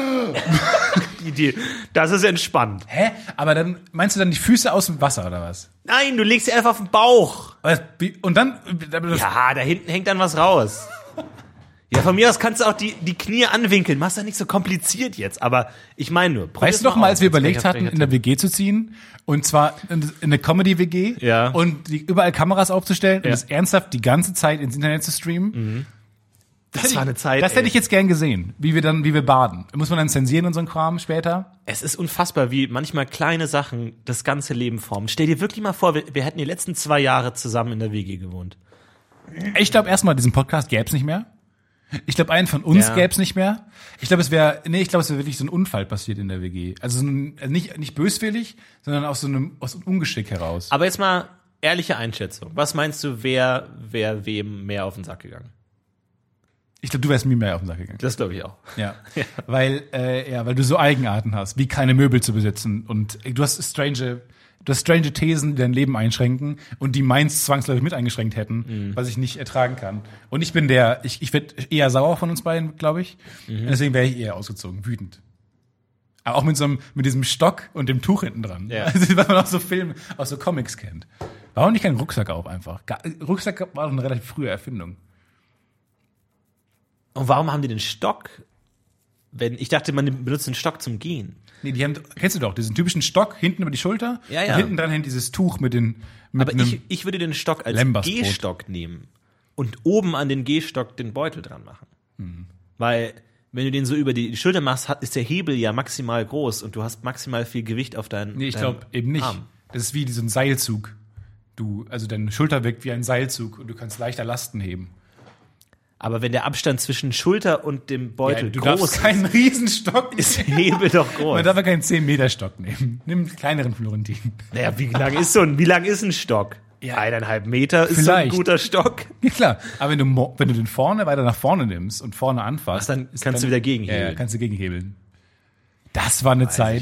Das ist entspannt. Hä? Aber dann meinst du dann die Füße aus dem Wasser, oder was? Nein, du legst sie einfach auf den Bauch. Und dann... Ja, da hinten hängt dann was raus. Ja, von mir aus kannst du auch die Knie anwinkeln. Mach's ja nicht so kompliziert jetzt, aber ich meine nur. Weißt du noch mal, als wir überlegt hatten, in der WG zu ziehen, und zwar in eine Comedy-WG, und überall Kameras aufzustellen und das ernsthaft die ganze Zeit ins Internet zu streamen? Mhm. Das war eine Zeit, Das hätte ich jetzt gern gesehen, wie wir baden. Muss man dann zensieren und so ein Kram später? Es ist unfassbar, wie manchmal kleine Sachen das ganze Leben formen. Stell dir wirklich mal vor, wir hätten die letzten 2 Jahre zusammen in der WG gewohnt. Ich glaube erstmal, diesen Podcast gäb's nicht mehr. Ich glaube, einen von uns gäb's nicht mehr. Ich glaube, es wäre wirklich so ein Unfall passiert in der WG. Also nicht böswillig, sondern aus so einem Ungeschick heraus. Aber jetzt mal ehrliche Einschätzung. Was meinst du, wer wem mehr auf den Sack gegangen? Ich glaube, du wärst mir mehr auf den Sack gegangen. Das glaube ich auch. Ja, weil du so Eigenarten hast, wie keine Möbel zu besitzen und du hast strange Thesen, die dein Leben einschränken und die meins zwangsläufig mit eingeschränkt hätten, was ich nicht ertragen kann. Und ich bin ich werde eher sauer von uns beiden, glaube ich. Deswegen wäre ich eher ausgezogen, wütend. Aber auch mit diesem Stock und dem Tuch hinten dran. Ja. Also, was man aus so Comics kennt. Warum nicht keinen Rucksack auf einfach? Rucksack war doch eine relativ frühe Erfindung. Und warum haben die den Stock? Ich dachte, man benutzt den Stock zum Gehen. Nee, kennst du doch, diesen typischen Stock hinten über die Schulter. Ja. Und hinten dran hängt dieses Tuch mit Aber ich würde den Stock als Gehstock nehmen und oben an den Gehstock den Beutel dran machen. Weil, wenn du den so über die Schulter machst, ist der Hebel ja maximal groß und du hast maximal viel Gewicht auf deinen Arm. Nee, ich glaube eben nicht. Das ist wie so ein Seilzug. Also deine Schulter wirkt wie ein Seilzug und du kannst leichter Lasten heben. Aber wenn der Abstand zwischen Schulter und dem Beutel du groß darfst keinen Riesenstock nehmen. Ist der Hebel doch groß. Man darf ja keinen 10-Meter-Stock nehmen. Nimm einen kleineren Florentin. Naja, wie lang ist ein Stock? Ja. 1,5 Meter ist vielleicht so ein guter Stock. Ja klar, aber wenn du den weiter nach vorne nimmst und vorne anfasst, dann kannst du wieder gegenhebeln. Ja, kannst du gegenhebeln. Das war eine Zeit.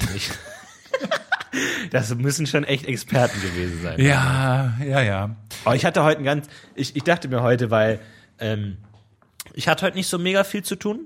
Das müssen schon echt Experten gewesen sein. Ja. Aber ich hatte heute ich dachte mir heute, weil ich hatte heute nicht so mega viel zu tun.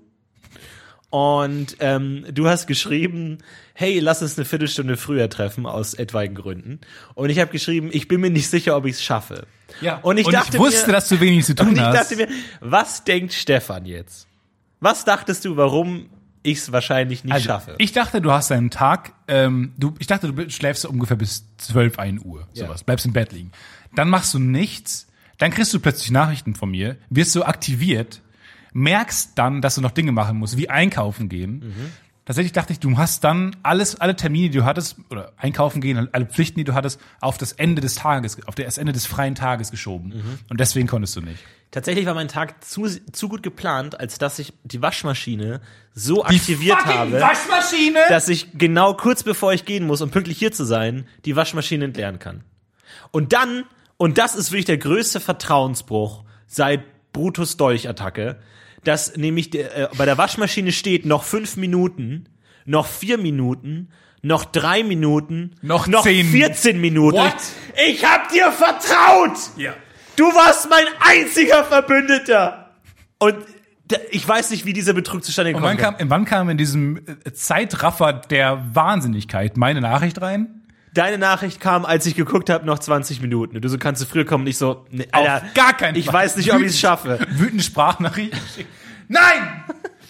Und du hast geschrieben, hey, lass uns eine Viertelstunde früher treffen, aus etwaigen Gründen. Und ich habe geschrieben, ich bin mir nicht sicher, ob ich es schaffe. Ja. Und ich wusste, dass du wenig zu tun hast. Und ich dachte mir, was denkt Stefan jetzt? Was dachtest du, warum ich es wahrscheinlich nicht schaffe? Ich dachte, du hast einen Tag, ich dachte, du schläfst so ungefähr bis 12, 1 Uhr, sowas, bleibst im Bett liegen. Dann machst du nichts, dann kriegst du plötzlich Nachrichten von mir, wirst so aktiviert, merkst dann, dass du noch Dinge machen musst, wie einkaufen gehen. Tatsächlich dachte ich, du hast dann alle Termine, die du hattest, oder einkaufen gehen, alle Pflichten, die du hattest, auf das Ende des Tages, auf das Ende des freien Tages geschoben. Und deswegen konntest du nicht. Tatsächlich war mein Tag zu gut geplant, als dass ich die Waschmaschine so aktiviert habe, dass ich genau kurz bevor ich gehen muss, um pünktlich hier zu sein, die Waschmaschine entleeren kann. Und das ist wirklich der größte Vertrauensbruch seit Brutus Dolch-Attacke, dass nämlich bei der Waschmaschine steht noch 5 Minuten, noch 4 Minuten, noch 3 Minuten, noch 14 Minuten. What? Ich hab dir vertraut! Ja. Du warst mein einziger Verbündeter! Und ich weiß nicht, wie dieser Betrug zustande gekommen ist. Wann kam in diesem Zeitraffer der Wahnsinnigkeit meine Nachricht rein? Deine Nachricht kam, als ich geguckt habe, noch 20 Minuten. Und du so, kannst du früher kommen? Und ich so, ne, Alter, auf gar keinen Fall. Ich weiß nicht, ob ich es schaffe. Wütende Sprachnachricht. Nein!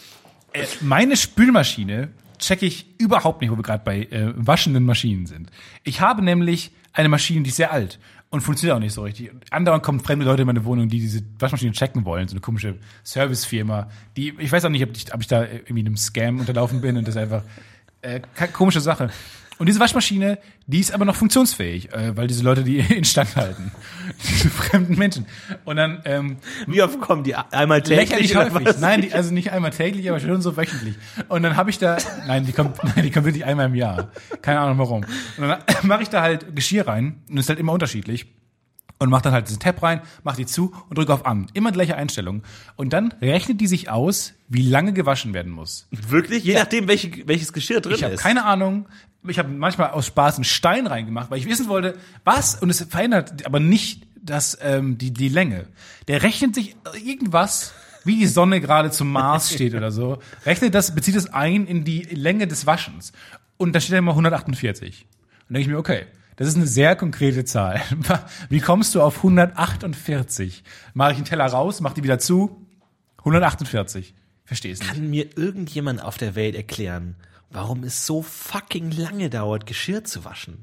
Meine Spülmaschine checke ich überhaupt nicht, wo wir gerade bei waschenden Maschinen sind. Ich habe nämlich eine Maschine, die ist sehr alt und funktioniert auch nicht so richtig. Andauernd kommen fremde Leute in meine Wohnung, die diese Waschmaschine checken wollen. So eine komische Servicefirma. Ich weiß auch nicht, ob ich da irgendwie einem Scam unterlaufen bin und das ist einfach komische Sache. Und diese Waschmaschine, die ist aber noch funktionsfähig, weil diese Leute die instand halten. Diese fremden Menschen. Und dann wie oft kommen die? Einmal täglich? Lächerlich häufig. Nein, also nicht einmal täglich, aber schon so wöchentlich. Und dann habe ich da, die kommt wirklich einmal im Jahr. Keine Ahnung warum. Und dann mache ich da halt Geschirr rein und ist halt immer unterschiedlich. Und mach dann halt diesen Tab rein, mach die zu und drück auf an. Immer gleiche Einstellung. Und dann rechnet die sich aus, wie lange gewaschen werden muss. Wirklich? Je nachdem, welches Geschirr drin ist. Ich habe keine Ahnung. Ich habe manchmal aus Spaß einen Stein reingemacht, weil ich wissen wollte, was, und es verändert aber nicht die Länge. Der rechnet sich irgendwas, wie die Sonne gerade zum Mars steht oder so, bezieht das ein in die Länge des Waschens. Und da steht dann immer 148. Und dann denke ich mir, okay, das ist eine sehr konkrete Zahl. Wie kommst du auf 148? Mache ich einen Teller raus, mach die wieder zu, 148. Verstehe es nicht. Kann mir irgendjemand auf der Welt erklären, warum es so fucking lange dauert, Geschirr zu waschen?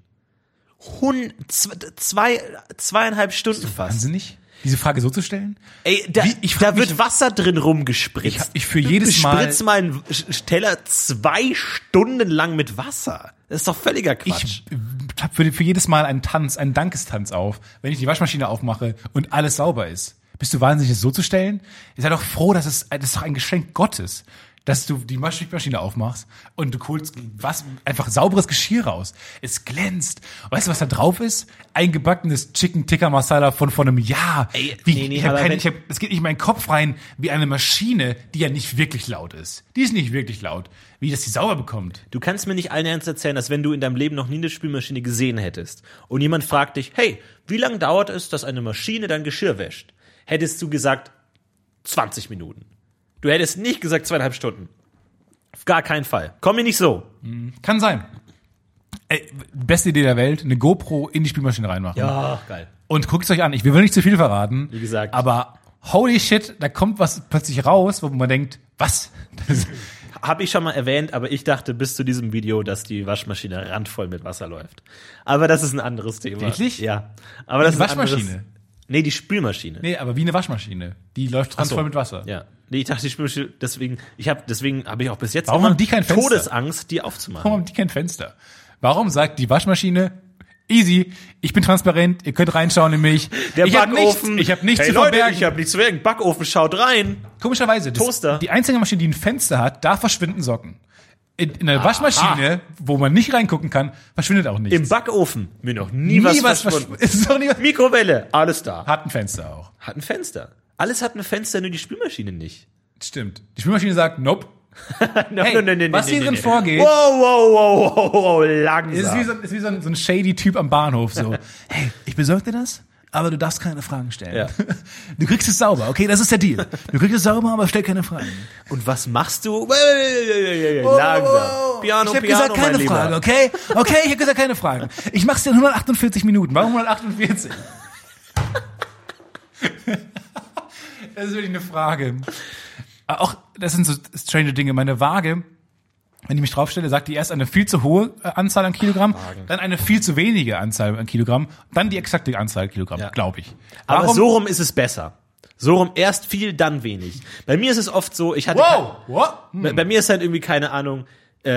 2,5 Stunden fast. Wahnsinnig, diese Frage so zu stellen? Ey, da wird Wasser drin rumgespritzt. Ich für jedes Mal spritz mal einen Teller 2 Stunden lang mit Wasser. Das ist doch völliger Quatsch. Ich habe für jedes Mal einen Dankestanz auf, wenn ich die Waschmaschine aufmache und alles sauber ist. Bist du wahnsinnig, das so zu stellen? Sei doch froh, das ist doch ein Geschenk Gottes. dass du die Waschmaschine aufmachst und du holst einfach sauberes Geschirr raus. Es glänzt. Weißt du, was da drauf ist? Eingebackenes Chicken Tikka Masala von vor einem Jahr. Ey, Es geht nicht in meinen Kopf rein, wie eine Maschine, die ja nicht wirklich laut ist. Die ist nicht wirklich laut. Wie das die sauber bekommt. Du kannst mir nicht allen Ernst erzählen, dass wenn du in deinem Leben noch nie eine Spülmaschine gesehen hättest und jemand fragt dich, hey, wie lange dauert es, dass eine Maschine dein Geschirr wäscht? Hättest du gesagt, 20 Minuten. Du hättest nicht gesagt 2,5 Stunden. Auf gar keinen Fall. Komm mir nicht so. Kann sein. Ey, beste Idee der Welt, eine GoPro in die Spülmaschine reinmachen. Ja, geil. Und guckt es euch an. Ich will nicht zu viel verraten. Wie gesagt. Aber holy shit, da kommt was plötzlich raus, wo man denkt, was? Habe ich schon mal erwähnt, aber ich dachte bis zu diesem Video, dass die Waschmaschine randvoll mit Wasser läuft. Aber das ist ein anderes Thema. Wirklich? Ja. Aber das Die ist ein Waschmaschine? anderes. Nee, die Spülmaschine. Nee, aber wie eine Waschmaschine. Die läuft randvoll mit Wasser. Ja. Nee, ich dachte, die Spülmaschine, deswegen habe ich auch bis jetzt Warum immer haben die kein Fenster? Todesangst, die aufzumachen. Warum haben die kein Fenster? Warum sagt die Waschmaschine, easy, ich bin transparent, ihr könnt reinschauen in mich. Der ich Backofen. Ich habe nichts hey zu Leute, verbergen. ich habe nichts zu verbergen. Backofen, schaut rein. Komischerweise, Toaster. Die einzige Maschine, die ein Fenster hat, da verschwinden Socken. In der Waschmaschine, wo man nicht reingucken kann, verschwindet auch nichts. Im Backofen mir noch nie was verschwunden. Es ist doch nie was. Mikrowelle, alles da. Hat ein Fenster auch. Hat ein Fenster. Alles hat ein Fenster, nur die Spülmaschine nicht. Stimmt. Die Spülmaschine sagt, nope. No, was hier drin vorgeht, wow, langsam. ist wie so ein shady Typ am Bahnhof. So, hey, ich besorge dir das, aber du darfst keine Fragen stellen. Ja. Du kriegst es sauber, okay, das ist der Deal. Du kriegst es sauber, aber stell keine Fragen. Und was machst du? Langsam. Piano, ich habe gesagt, keine Fragen, okay? Okay, ich habe gesagt, keine Fragen. Ich mach's dir in 148 Minuten. Warum 148? Das ist wirklich eine Frage. Auch, das sind so strange Dinge. Meine Waage, wenn ich mich draufstelle, sagt die erst eine viel zu hohe Anzahl an Kilogramm, dann eine viel zu wenige Anzahl an Kilogramm, dann die exakte Anzahl Kilogramm, glaube ich. Aber so rum ist es besser. So rum erst viel, dann wenig. Bei mir ist es oft so, bei mir ist halt irgendwie, keine Ahnung,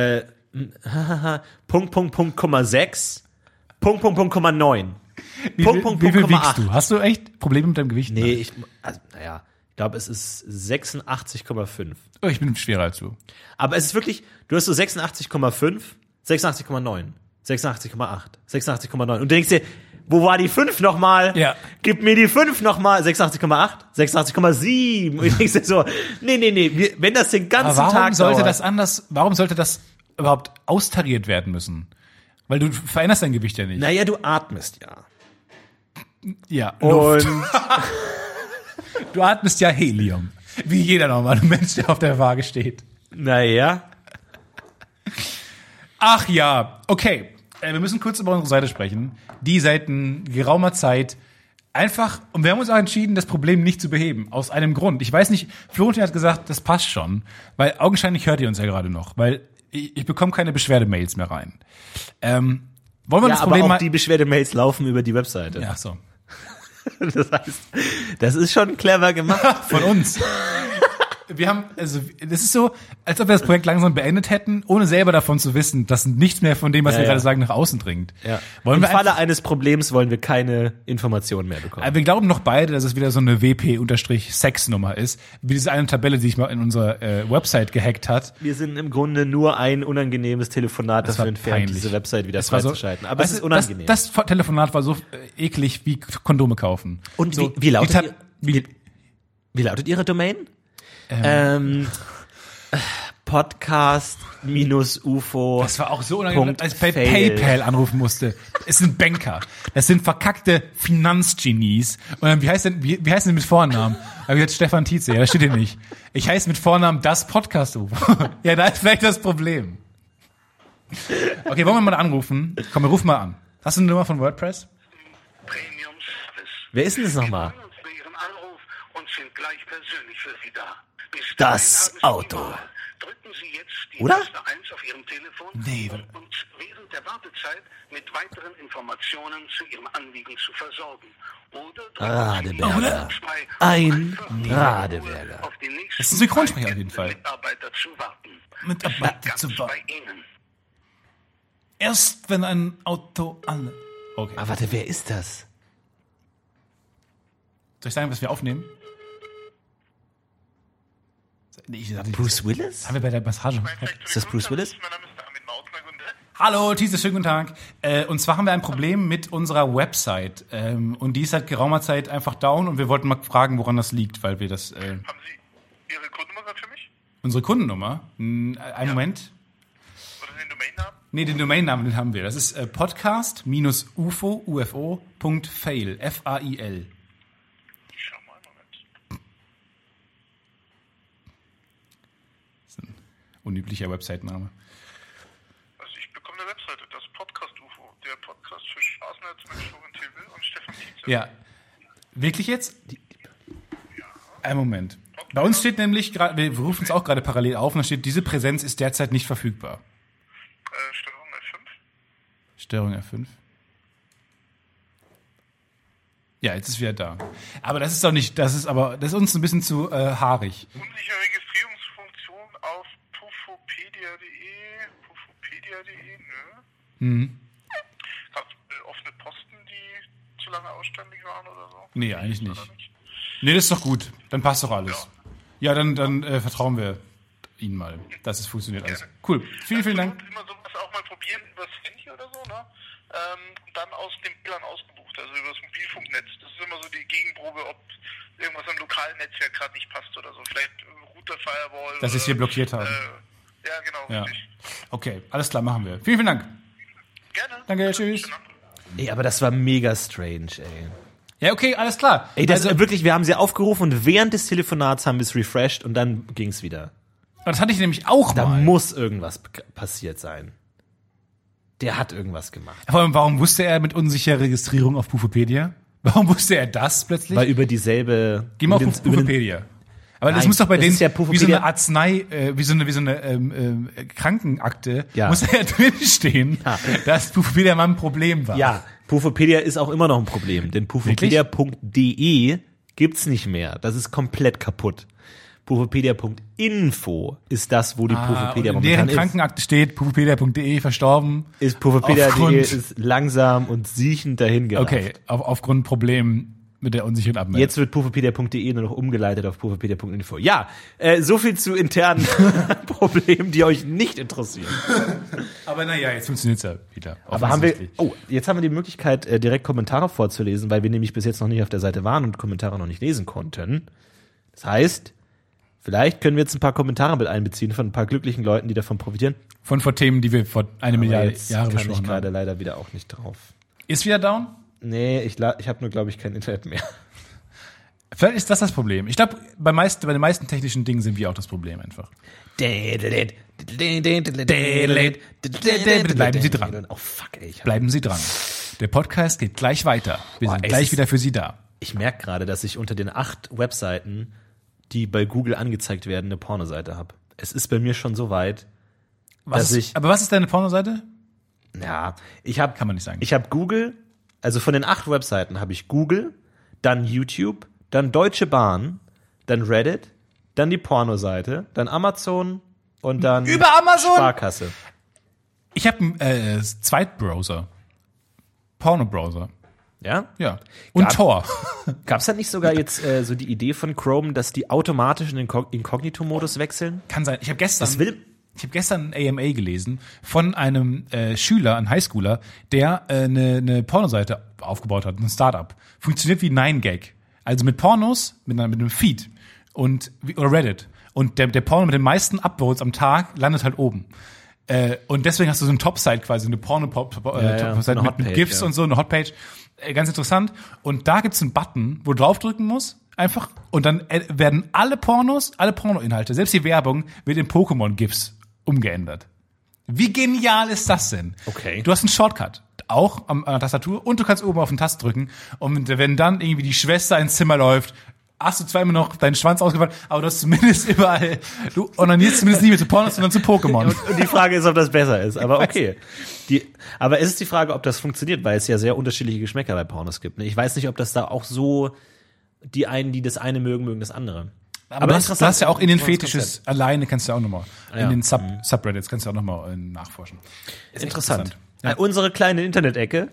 Komma 6, Komma 9. Wie viel wiegst du? Hast du echt Probleme mit deinem Gewicht? Nee, ich glaube, es ist 86,5. Oh, ich bin schwerer als du. Aber es ist wirklich, du hast so 86,5, 86,9, 86,8, 86,9. Und du denkst dir, wo war die 5 nochmal? Ja. Gib mir die 5 nochmal. 86,8, 86,7. Und ich denkst dir so, nee, wenn das den ganzen Tag dauert. Warum sollte das überhaupt austariert werden müssen? Weil du veränderst dein Gewicht ja nicht. Naja, du atmest ja. Ja, und du atmest ja Helium. Wie jeder normale Mensch, der auf der Waage steht. Naja. Ach ja, okay. Wir müssen kurz über unsere Seite sprechen, die seit geraumer Zeit einfach, und wir haben uns auch entschieden, das Problem nicht zu beheben. Aus einem Grund. Ich weiß nicht, Florentin hat gesagt, das passt schon, weil augenscheinlich hört ihr uns ja gerade noch, weil ich bekomme keine Beschwerdemails mehr rein. Wollen wir das Problem aber auch mal... die Beschwerdemails laufen über die Webseite. Ja, so. Das heißt, das ist schon clever gemacht. Von uns. Wir haben, also, das ist so, als ob wir das Projekt langsam beendet hätten, ohne selber davon zu wissen, dass nichts mehr von dem, was wir gerade sagen, nach außen dringt. Ja. Im Falle eines Problems wollen wir keine Informationen mehr bekommen. Wir glauben noch beide, dass es wieder so eine WP-Sex-Nummer ist, wie diese eine Tabelle, die ich mal in unserer Website gehackt hat. Wir sind im Grunde nur ein unangenehmes Telefonat dafür entfernt, diese Website wieder freizuschalten. Aber es ist unangenehm. Das Telefonat war so eklig wie Kondome kaufen. Und so, wie lautet Ihre Domain? Podcast-UFO. Das war auch so unangenehm, als ich bei PayPal anrufen musste. Es sind Banker. Das sind verkackte Finanzgenies. Und dann, wie heißt denn mit Vornamen? Da habe ich jetzt Stefan Tietze. Ja, das steht hier nicht. Ich heiße mit Vornamen das Podcast-UFO. Ja, da ist vielleicht das Problem. Okay, wollen wir mal anrufen? Komm, wir rufen mal an. Hast du eine Nummer von WordPress? Premium Service. Wer ist denn das nochmal? Wir freuen uns für Ihren Anruf und sind gleich persönlich für Sie da. Das Auto. Drücken Sie jetzt die Oder? Taste 1 aufHrem Telefon, Nee. um uns während der Wartezeit mit weiteren Informationen zu Ihrem Anliegen zu versorgen. Oder Radeberger. Ein Radeberger. auf den nächsten Das ist ein Synchronsprecher auf jeden Fall. Mitarbeiter zu warten. Mitarbeiter zu warten. Bei Ihnen. Erst wenn ein Auto an... Okay. Ah, warte, wer ist das? Soll ich sagen, was wir aufnehmen? Bruce Willis? Haben wir bei der Massage. Ist das Bruce Willis? Mein Name ist Armin Mautner, guten Tag. Hallo, Thies, schönen guten Tag. Und zwar haben wir ein Problem mit unserer Website. Und die ist seit geraumer Zeit einfach down und wir wollten mal fragen, woran das liegt, weil wir das... Haben Sie Ihre Kundennummer gerade für mich? Unsere Kundennummer? Einen Moment. Oder den Domainnamen? Nee, den Domainnamen, den haben wir. Das ist podcast-ufo.fail. F-A-I-L. Ich schau mal, Moment. Das ist ein unüblicher Website-Name. Also ich bekomme eine Webseite, das Podcast-UFO, der Podcast für Straßennetz mit Florian Thiel und Stefan Tietze. Ja. Wirklich jetzt? Einen Moment. Bei uns steht nämlich gerade, wir rufen es auch gerade parallel auf, und da steht, diese Präsenz ist derzeit nicht verfügbar. Steuerung F5. Steuerung F5. Ja, jetzt ist wieder da. Aber das ist doch nicht, das ist uns ein bisschen zu haarig. Unsichere Registrierungsfunktion auf pufopedia.de. Pufopedia.de, nö. Gab es offene Posten, die zu lange ausständig waren oder so? Nee, eigentlich nicht. Nee, das ist doch gut. Dann passt doch alles. Ja, dann vertrauen wir Ihnen mal, dass es funktioniert alles. Cool. Vielen Dank. Immer sowas auch mal probieren übers Handy oder so, ne? Und dann aus dem WLAN ausgebucht, also über das Mobilfunknetz. Das ist immer so die Gegenprobe, ob irgendwas am lokalen Netzwerk gerade nicht passt oder so. Vielleicht Router, Firewall. Dass Sie es hier blockiert haben. Ja, genau, Ja. richtig. Okay, alles klar, machen wir. Vielen Dank. Gerne. Danke, tschüss. Ey, aber das war mega strange, ey. Ja, okay, alles klar. Ey, das ist wirklich, wir haben sie aufgerufen und während des Telefonats haben wir es refreshed und dann ging's wieder. Das hatte ich nämlich auch Da mal. muss irgendwas passiert sein. Der hat irgendwas gemacht. Vor allem, warum wusste er mit unsicherer Registrierung auf Pufopedia? Warum wusste er das plötzlich? Weil über dieselbe... Geh mal über auf den- über den- Pufopedia. Aber das Nein, muss doch bei das denen ist ja wie so Pufopedia- eine Arznei, wie so eine Krankenakte, Ja. muss da ja drinstehen, dass Pufopedia mal ein Problem war. Ja, Pufopedia ist auch immer noch ein Problem, denn pufopedia.de gibt's nicht mehr. Das ist komplett kaputt. Pufopedia.info ist das, wo die Pufopedia und in deren momentan ist. Krankenakte steht pufopedia.de verstorben. Ist Pufopedia.de Aufgrund- ist langsam und siechend dahin gerafft. Okay, aufgrund Problemen mit der unsicheren Abmeldung. Jetzt wird pufopedia.de nur noch umgeleitet auf pufopedia.info. Ja, so viel zu internen Problemen, die euch nicht interessieren. Aber naja, jetzt funktioniert's ja wieder. Aber haben wir, offensichtlich. jetzt haben wir die Möglichkeit, direkt Kommentare vorzulesen, weil wir nämlich bis jetzt noch nicht auf der Seite waren und Kommentare noch nicht lesen konnten. Das heißt, vielleicht können wir jetzt ein paar Kommentare mit einbeziehen von ein paar glücklichen Leuten, die davon profitieren. Von vor Themen, die wir vor eine Milliarde jetzt Jahre kann ich besprochen gerade haben. leider wieder auch nicht drauf. Ist wieder down? Nee, ich habe nur, glaube ich, kein Internet mehr. Vielleicht ist das Problem. Ich glaube, bei den meisten technischen Dingen sind wir auch das Problem einfach. Bleiben Sie dran. Oh fuck, ey. Bleiben Sie dran. Der Podcast geht gleich weiter. Wir sind es gleich ist- wieder für Sie da. Ich merke gerade, dass ich unter den 8 Webseiten, die bei Google angezeigt werden, eine Pornoseite habe. Es ist bei mir schon so weit, dass Aber was ist deine Pornoseite? ja, ich habe, Kann man nicht sagen. Ich habe Google, also von den 8 Webseiten habe ich Google, dann YouTube, dann Deutsche Bahn, dann Reddit, dann die Pornoseite, dann Amazon und dann Über Amazon? Sparkasse. Ich habe einen Zweitbrowser. Porno-Browser. Ja? Ja. Und Tor. Gab's da nicht sogar jetzt so die Idee von Chrome, dass die automatisch in den Inkognito-Modus wechseln? Kann sein. Ich habe gestern Das will ein AMA gelesen von einem Schüler, einem Highschooler, der eine Pornoseite aufgebaut hat, ein Startup. Funktioniert wie 9gag. Also mit Pornos, mit einem Feed oder Reddit. Und der Porno mit den meisten Upvotes am Tag landet halt oben. Und deswegen hast du so eine Top-Site quasi, eine Porno-Top-Site eine mit Hotpage, GIFs ja. und so, eine Hotpage. Ganz interessant. Und da gibt's einen Button, wo du draufdrücken musst, einfach. Und dann werden alle Porno-Inhalte, selbst die Werbung, wird in Pokémon-GIFs umgeändert. Wie genial ist das denn? Okay. Du hast einen Shortcut, auch an der Tastatur, und du kannst oben auf den Tast drücken. Und wenn dann irgendwie die Schwester ins Zimmer läuft, hast du zwar immer noch deinen Schwanz ausgefallen, aber du hast zumindest überall, du onanierst zumindest nicht mehr zu Pornos, sondern zu Pokémon. Und die Frage ist, ob das besser ist. Aber okay. Aber es ist die Frage, ob das funktioniert, weil es ja sehr unterschiedliche Geschmäcker bei Pornos gibt. ne? Ich weiß nicht, ob das da auch so, die einen, die das eine mögen, mögen das andere. Aber du hast ja auch in den interessantes Fetisches alleine kannst du auch nochmal, Ja. in den Subreddits kannst du auch nochmal nachforschen. Ist echt Interessant. Ja. Unsere kleine Internet-Ecke.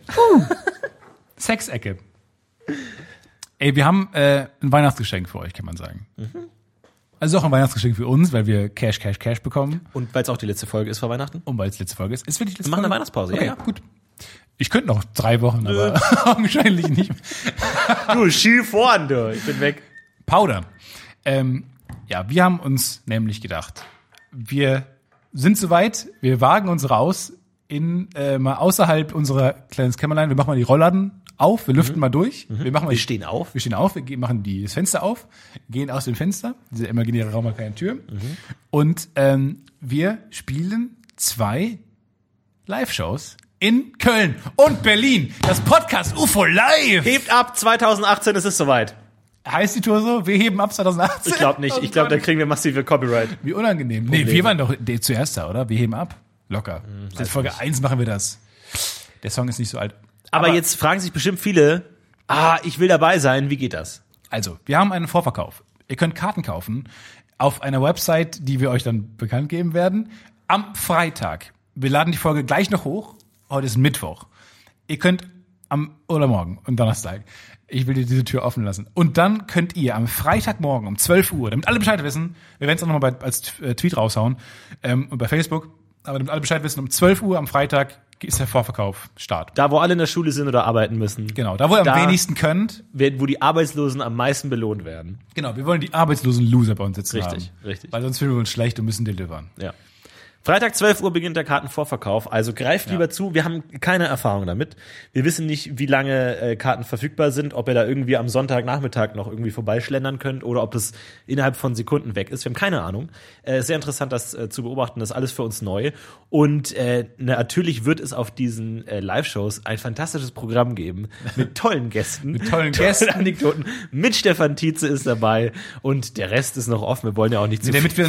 Sexecke. Ey, wir haben ein Weihnachtsgeschenk für euch, kann man sagen. Also auch ein Weihnachtsgeschenk für uns, weil wir Cash bekommen. Und weil es auch die letzte Folge ist vor Weihnachten? Und weil es die letzte Folge ist. Ist wirklich die letzte Wir machen Folge? eine Weihnachtspause, Okay, ja. gut. Ich könnte noch 3 Wochen, aber wahrscheinlich nicht. Du, schiel voran, du. Ich bin weg. Powder. Ja, wir haben uns nämlich gedacht, wir sind soweit, wir wagen uns raus in mal außerhalb unserer kleines Kämmerlein. Wir machen mal die Rollladen auf, wir lüften mal durch. Wir machen mal Wir stehen auf. Wir stehen auf, machen das Fenster auf, gehen aus dem Fenster, dieser imaginäre Raum hat keine Tür. Und wir spielen 2 Live-Shows in Köln und Berlin. Das Podcast UFO Live. Hebt ab 2018, es ist soweit. Heißt die Tour so? Wir heben ab 2018? Ich glaube nicht. Ich glaube, da kriegen wir massive Copyright. Wie unangenehm. Nee, wir waren doch zuerst da, oder? Wir heben ab. Locker. Seit Folge 1 machen wir das. Der Song ist nicht so alt. Aber jetzt fragen sich bestimmt viele, ich will dabei sein, wie geht das? Also, wir haben einen Vorverkauf. Ihr könnt Karten kaufen auf einer Website, die wir euch dann bekannt geben werden, am Freitag. Wir laden die Folge gleich noch hoch. Heute ist Mittwoch. Ihr könnt oder morgen und Donnerstag. Ich will dir diese Tür offen lassen. Und dann könnt ihr am Freitagmorgen um 12 Uhr, damit alle Bescheid wissen, wir werden es auch nochmal als Tweet raushauen, und bei Facebook, aber damit alle Bescheid wissen, um 12 Uhr am Freitag ist der Vorverkauf Start. Da, wo alle in der Schule sind oder arbeiten müssen. Genau, da wo ihr am wenigsten könnt. Wo die Arbeitslosen am meisten belohnt werden. Genau, wir wollen die arbeitslosen Loser bei uns sitzen Richtig. Weil sonst fühlen wir uns schlecht und müssen delivern. Ja. Freitag 12 Uhr beginnt der Kartenvorverkauf, also greift lieber zu. Wir haben keine Erfahrung damit. Wir wissen nicht, wie lange Karten verfügbar sind, ob ihr da irgendwie am Sonntagnachmittag noch irgendwie vorbeischlendern könnt oder ob das innerhalb von Sekunden weg ist. Wir haben keine Ahnung. Sehr interessant, das zu beobachten. Das ist alles für uns neu. Und natürlich wird es auf diesen Live-Shows ein fantastisches Programm geben mit tollen Gästen. Mit tollen Gästen. Anekdoten. Mit Stefan Tietze ist dabei und der Rest ist noch offen. Wir wollen ja auch nicht zu viel. Damit wir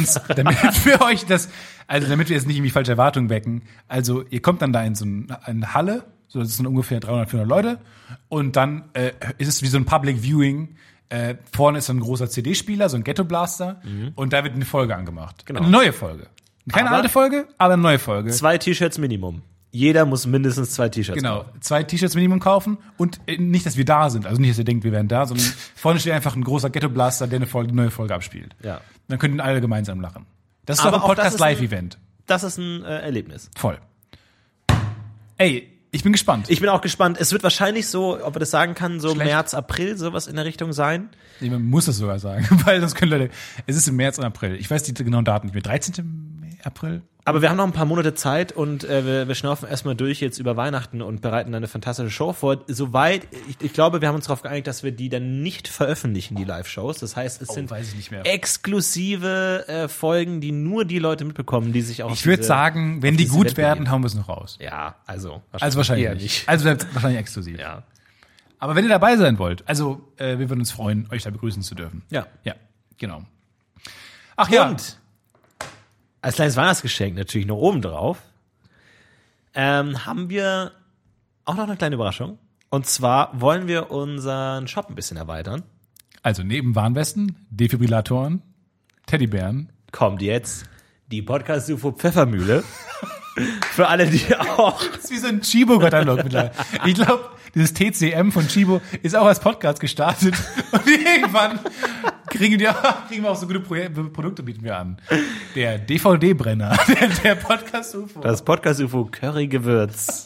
jetzt nicht irgendwie falsche Erwartungen wecken. Also ihr kommt dann da in so eine Halle, so das sind ungefähr 300, 400 Leute und dann ist es wie so ein Public Viewing. Vorne ist so ein großer CD-Spieler, so ein Ghetto-Blaster und da wird eine Folge angemacht. Genau. Eine neue Folge. Keine alte Folge, aber eine neue Folge. 2 T-Shirts Minimum. Jeder muss mindestens 2 T-Shirts kaufen. Genau, 2 T-Shirts Minimum kaufen und nicht, dass wir da sind. Also nicht, dass ihr denkt, wir wären da, sondern vorne steht einfach ein großer Ghetto-Blaster, der eine neue Folge abspielt. Ja. Dann können alle gemeinsam lachen. Das ist Aber doch ein auch das ist Podcast-Live-Event. Das ist ein Erlebnis. Voll. Ey, ich bin gespannt. Ich bin auch gespannt. Es wird wahrscheinlich so, ob man das sagen kann, so Schlecht. März, April, sowas in der Richtung sein. Nee, man muss es sogar sagen, weil sonst können Leute, es ist im März und April. Ich weiß die genauen Daten nicht mehr. 13. April? Aber wir haben noch ein paar Monate Zeit und wir schnaufen erstmal durch jetzt über Weihnachten und bereiten eine fantastische Show vor. Soweit, ich glaube, wir haben uns darauf geeinigt, dass wir die dann nicht veröffentlichen, die Live-Shows. Das heißt, es sind weiß ich nicht mehr. exklusive Folgen, die nur die Leute mitbekommen, die sich auch Ich würde sagen, wenn die diese gut Event werden, begeben. hauen wir es noch raus. Ja, also Wahrscheinlich eher nicht. Also wahrscheinlich exklusiv. Ja. Aber wenn ihr dabei sein wollt, also wir würden uns freuen, euch da begrüßen zu dürfen. Ja. Ja, genau. Ach ja. Und als kleines Weihnachtsgeschenk natürlich noch oben drauf haben wir auch noch eine kleine Überraschung. Und zwar wollen wir unseren Shop ein bisschen erweitern. Also neben Warnwesten, Defibrillatoren, Teddybären. Kommt jetzt die Podcast-UFO Pfeffermühle. Für alle, die auch... Das ist wie so ein Chibo-Katalog mittlerweile. Ich glaube, dieses TCM von Chibo ist auch als Podcast gestartet. Und irgendwann kriegen wir auch so gute Produkte, bieten wir an. Der DVD-Brenner, der Podcast-UFO. Das Podcast-UFO Curry-Gewürz.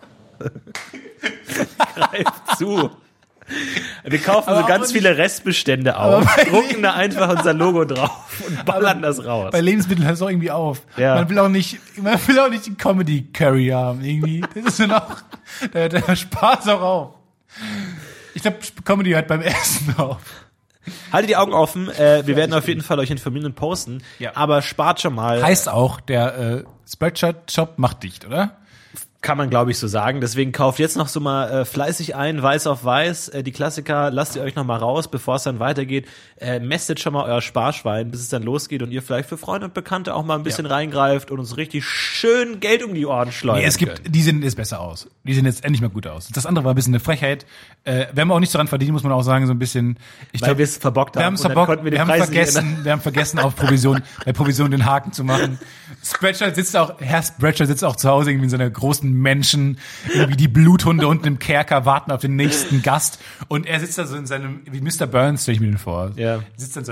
Greift zu. Wir kaufen so ganz viele Restbestände auf, drucken da einfach unser Logo drauf und ballern das raus. Bei Lebensmitteln hört es auch irgendwie auf. Ja. Man will auch nicht die Comedy-Curry haben, irgendwie. Das ist dann auch, da hört der Spaß auch auf. Ich glaube, Comedy hört beim Essen auf. Haltet die Augen offen, wir werden auf jeden Fall euch informieren und posten, Ja. aber spart schon mal. Heißt auch, der Spreadshirt-Shop macht dicht, oder? Kann man, glaube ich, so sagen. Deswegen kauft jetzt noch so mal fleißig ein, weiß auf weiß. Die Klassiker lasst ihr euch noch mal raus, bevor es dann weitergeht. Mästet schon mal euer Sparschwein, bis es dann losgeht und ihr vielleicht für Freunde und Bekannte auch mal ein bisschen reingreift und uns richtig schön Geld um die Ohren schleudert. Die sehen jetzt besser aus. Die sehen jetzt endlich mal gut aus. Das andere war ein bisschen eine Frechheit. Wir haben auch nicht daran verdient, muss man auch sagen, so ein bisschen. Weil wir es verbockt haben. Wir haben es verbockt, wir haben vergessen, auf Provision, bei Provision den Haken zu machen. Herr Spreadshirt sitzt auch zu Hause irgendwie in so einer großen toten Menschen, irgendwie die Bluthunde unten im Kerker warten auf den nächsten Gast und er sitzt da so in seinem, wie Mr. Burns stelle ich mir den vor, sitzt dann so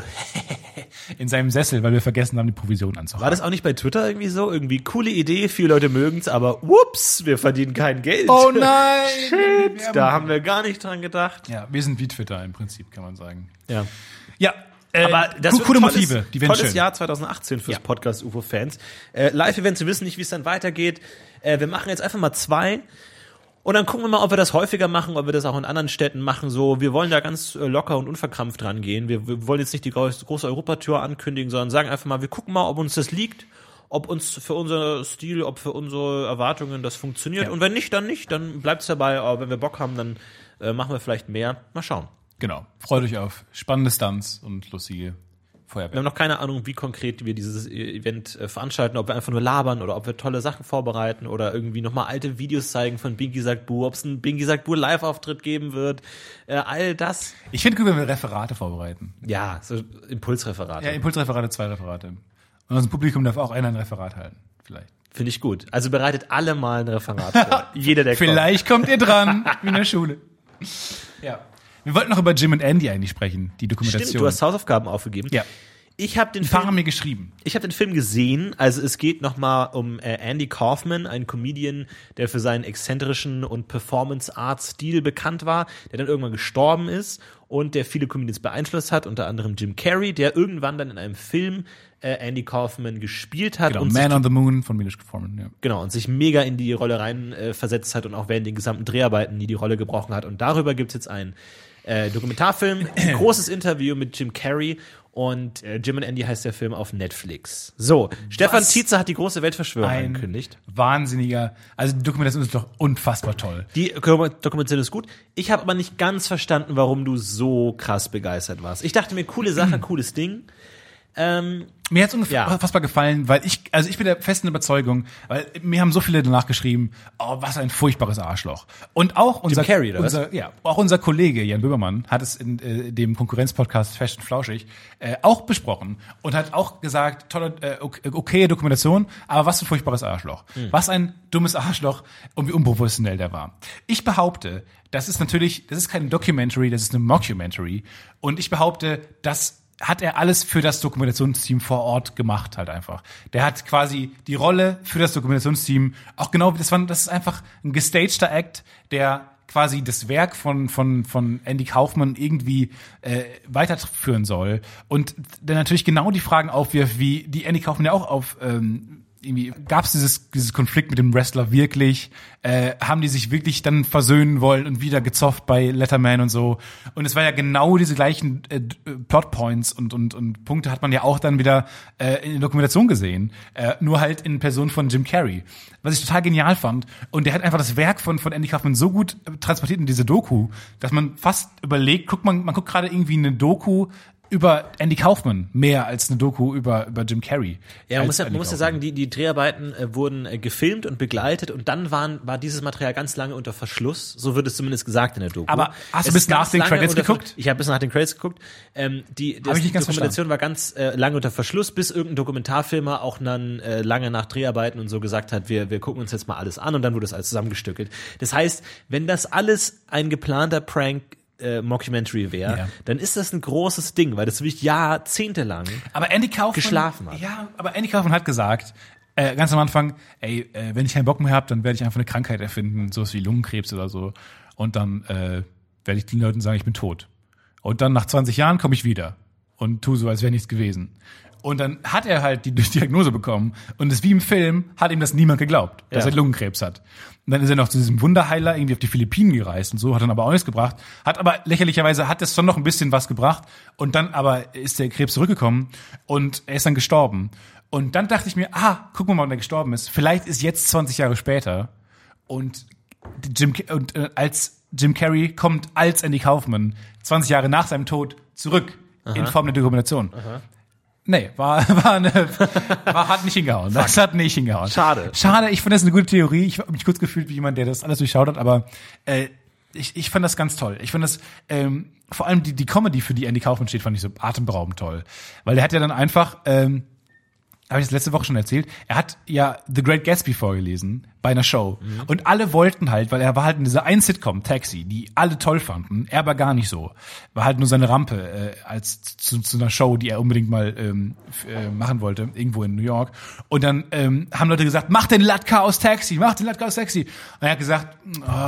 in seinem Sessel, weil wir vergessen haben, die Provision anzuhaben. War das auch nicht bei Twitter irgendwie so? Irgendwie coole Idee, viele Leute mögen's, aber ups, wir verdienen kein Geld. Oh nein! Shit, da haben wir gar nicht dran gedacht. Ja, wir sind wie Twitter im Prinzip, kann man sagen. Ja. Ja. Aber das wird coole ein Motive, die werden tolles schön. Jahr 2018 fürs Podcast UFO-Fans. Live-Events, wir wissen nicht, wie es dann weitergeht. Wir machen jetzt einfach mal 2 und dann gucken wir mal, ob wir das häufiger machen, ob wir das auch in anderen Städten machen. So, wir wollen da ganz locker und unverkrampft rangehen. Wir wollen jetzt nicht die große Europatour ankündigen, sondern sagen einfach mal, wir gucken mal, ob uns das liegt, ob uns für unser Stil, ob für unsere Erwartungen das funktioniert. Ja. Und wenn nicht, dann bleibt's dabei. Aber wenn wir Bock haben, dann machen wir vielleicht mehr. Mal schauen. Genau. Freut euch auf spannende Stunts und lustige Feuerwehr. Wir haben noch keine Ahnung, wie konkret wir dieses Event veranstalten, ob wir einfach nur labern oder ob wir tolle Sachen vorbereiten oder irgendwie nochmal alte Videos zeigen von Binky sagt Bu, ob es einen Binky sagt Bu Live-Auftritt geben wird. All das. Ich finde gut, wenn wir Referate vorbereiten. Ja, so Impulsreferate. Ja, Impulsreferate, 2 Referate. Und aus dem Publikum darf auch einer ein Referat halten. Vielleicht. Finde ich gut. Also bereitet alle mal ein Referat vor. Jeder, der Vielleicht kommt ihr dran, wie in der Schule. Ja. Wir wollten noch über Jim und Andy eigentlich sprechen, die Dokumentation. Stimmt, du hast Hausaufgaben aufgegeben. Ja. Ich habe den Fahrer mir geschrieben. Ich habe den Film gesehen, also es geht nochmal um Andy Kaufman, einen Comedian, der für seinen exzentrischen und Performance-Art-Stil bekannt war, der dann irgendwann gestorben ist und der viele Comedians beeinflusst hat, unter anderem Jim Carrey, der irgendwann dann in einem Film Andy Kaufman gespielt hat. Genau, und Man on the Moon von Milos Forman, ja. Genau, und sich mega in die Rolle rein versetzt hat und auch während den gesamten Dreharbeiten nie die Rolle gebrochen hat. Und darüber gibt's jetzt einen Dokumentarfilm, ein großes Interview mit Jim Carrey und Jim und Andy heißt der Film auf Netflix. So, Stefan Tietze hat die große Weltverschwörung angekündigt. Wahnsinniger, also die Dokumentation ist doch unfassbar toll. Die Dokumentation ist gut. Ich habe aber nicht ganz verstanden, warum du so krass begeistert warst. Ich dachte mir, coole Sache, cooles Ding. Mir hat's unfassbar gefallen, weil ich bin der festen Überzeugung, weil mir haben so viele danach geschrieben, oh, was ein furchtbares Arschloch. Und auch unser Kollege Jan Böhmermann hat es in dem Konkurrenzpodcast Fest und Flauschig auch besprochen und hat auch gesagt, tolle, okay Dokumentation, aber was ein furchtbares Arschloch. Was ein dummes Arschloch und wie unprofessionell der war. Ich behaupte, das ist kein Documentary, das ist eine Mockumentary und ich behaupte, dass hat er alles für das Dokumentationsteam vor Ort gemacht halt einfach. Der hat quasi die Rolle für das Dokumentationsteam auch genau, das ist einfach ein gestagter Act, der quasi das Werk von Andy Kaufman irgendwie weiterführen soll und der natürlich genau die Fragen aufwirft, wie die Andy Kaufman ja auch auf irgendwie gab es dieses Konflikt mit dem Wrestler wirklich? Haben die sich wirklich dann versöhnen wollen und wieder gezofft bei Letterman und so? Und es war ja genau diese gleichen Plotpoints und Punkte hat man ja auch dann wieder in der Dokumentation gesehen. Nur halt in Person von Jim Carrey. Was ich total genial fand. Und der hat einfach das Werk von Andy Kaufman so gut transportiert in diese Doku, dass man fast überlegt, man guckt gerade irgendwie eine Doku über Andy Kaufman mehr als eine Doku über Jim Carrey. Ja, man muss ja sagen, die Dreharbeiten wurden gefilmt und begleitet und dann war dieses Material ganz lange unter Verschluss. So wird es zumindest gesagt in der Doku. Aber hast du bis nach den Credits geguckt? Ich habe bis nach den Credits geguckt. Die Dokumentation war ganz lange unter Verschluss, bis irgendein Dokumentarfilmer auch dann lange nach Dreharbeiten und so gesagt hat, wir gucken uns jetzt mal alles an und dann wurde das alles zusammengestückelt. Das heißt, wenn das alles ein geplanter Prank Mockumentary wäre, dann ist das ein großes Ding, weil das wirklich jahrzehntelang geschlafen hat. Ja, aber Andy Kaufman hat gesagt, ganz am Anfang, wenn ich keinen Bock mehr habe, dann werde ich einfach eine Krankheit erfinden, sowas wie Lungenkrebs oder so. Und dann werde ich den Leuten sagen, ich bin tot. Und dann nach 20 Jahren komme ich wieder und tu so, als wäre nichts gewesen. Und dann hat er halt die Diagnose bekommen und es wie im Film hat ihm das niemand geglaubt, dass er Lungenkrebs hat. Und dann ist er noch zu diesem Wunderheiler irgendwie auf die Philippinen gereist und so, hat dann aber auch nichts gebracht, hat aber lächerlicherweise hat es schon noch ein bisschen was gebracht und dann aber ist der Krebs zurückgekommen und er ist dann gestorben. Und dann dachte ich mir, guck mal, wann der gestorben ist. Vielleicht ist jetzt 20 Jahre später und als Jim Carrey kommt als Andy Kaufman 20 Jahre nach seinem Tod zurück in Form der Dokumentation. Nee, hat nicht hingehauen. Das hat nicht hingehauen. Schade, ich fand das eine gute Theorie. Ich habe mich kurz gefühlt wie jemand, der das alles durchschaut hat, aber ich fand das ganz toll. Ich fand das, vor allem die Comedy, für die Andy Kaufman steht, fand ich so atemberaubend toll. Weil der hat ja dann einfach, habe ich das letzte Woche schon erzählt, er hat ja The Great Gatsby vorgelesen bei einer Show. Und alle wollten halt, weil er war halt in dieser einen Sitcom, Taxi, die alle toll fanden, er aber gar nicht so. War halt nur seine Rampe als zu einer Show, die er unbedingt mal machen wollte, irgendwo in New York. Und dann haben Leute gesagt, mach den Latka aus Taxi. Und er hat gesagt,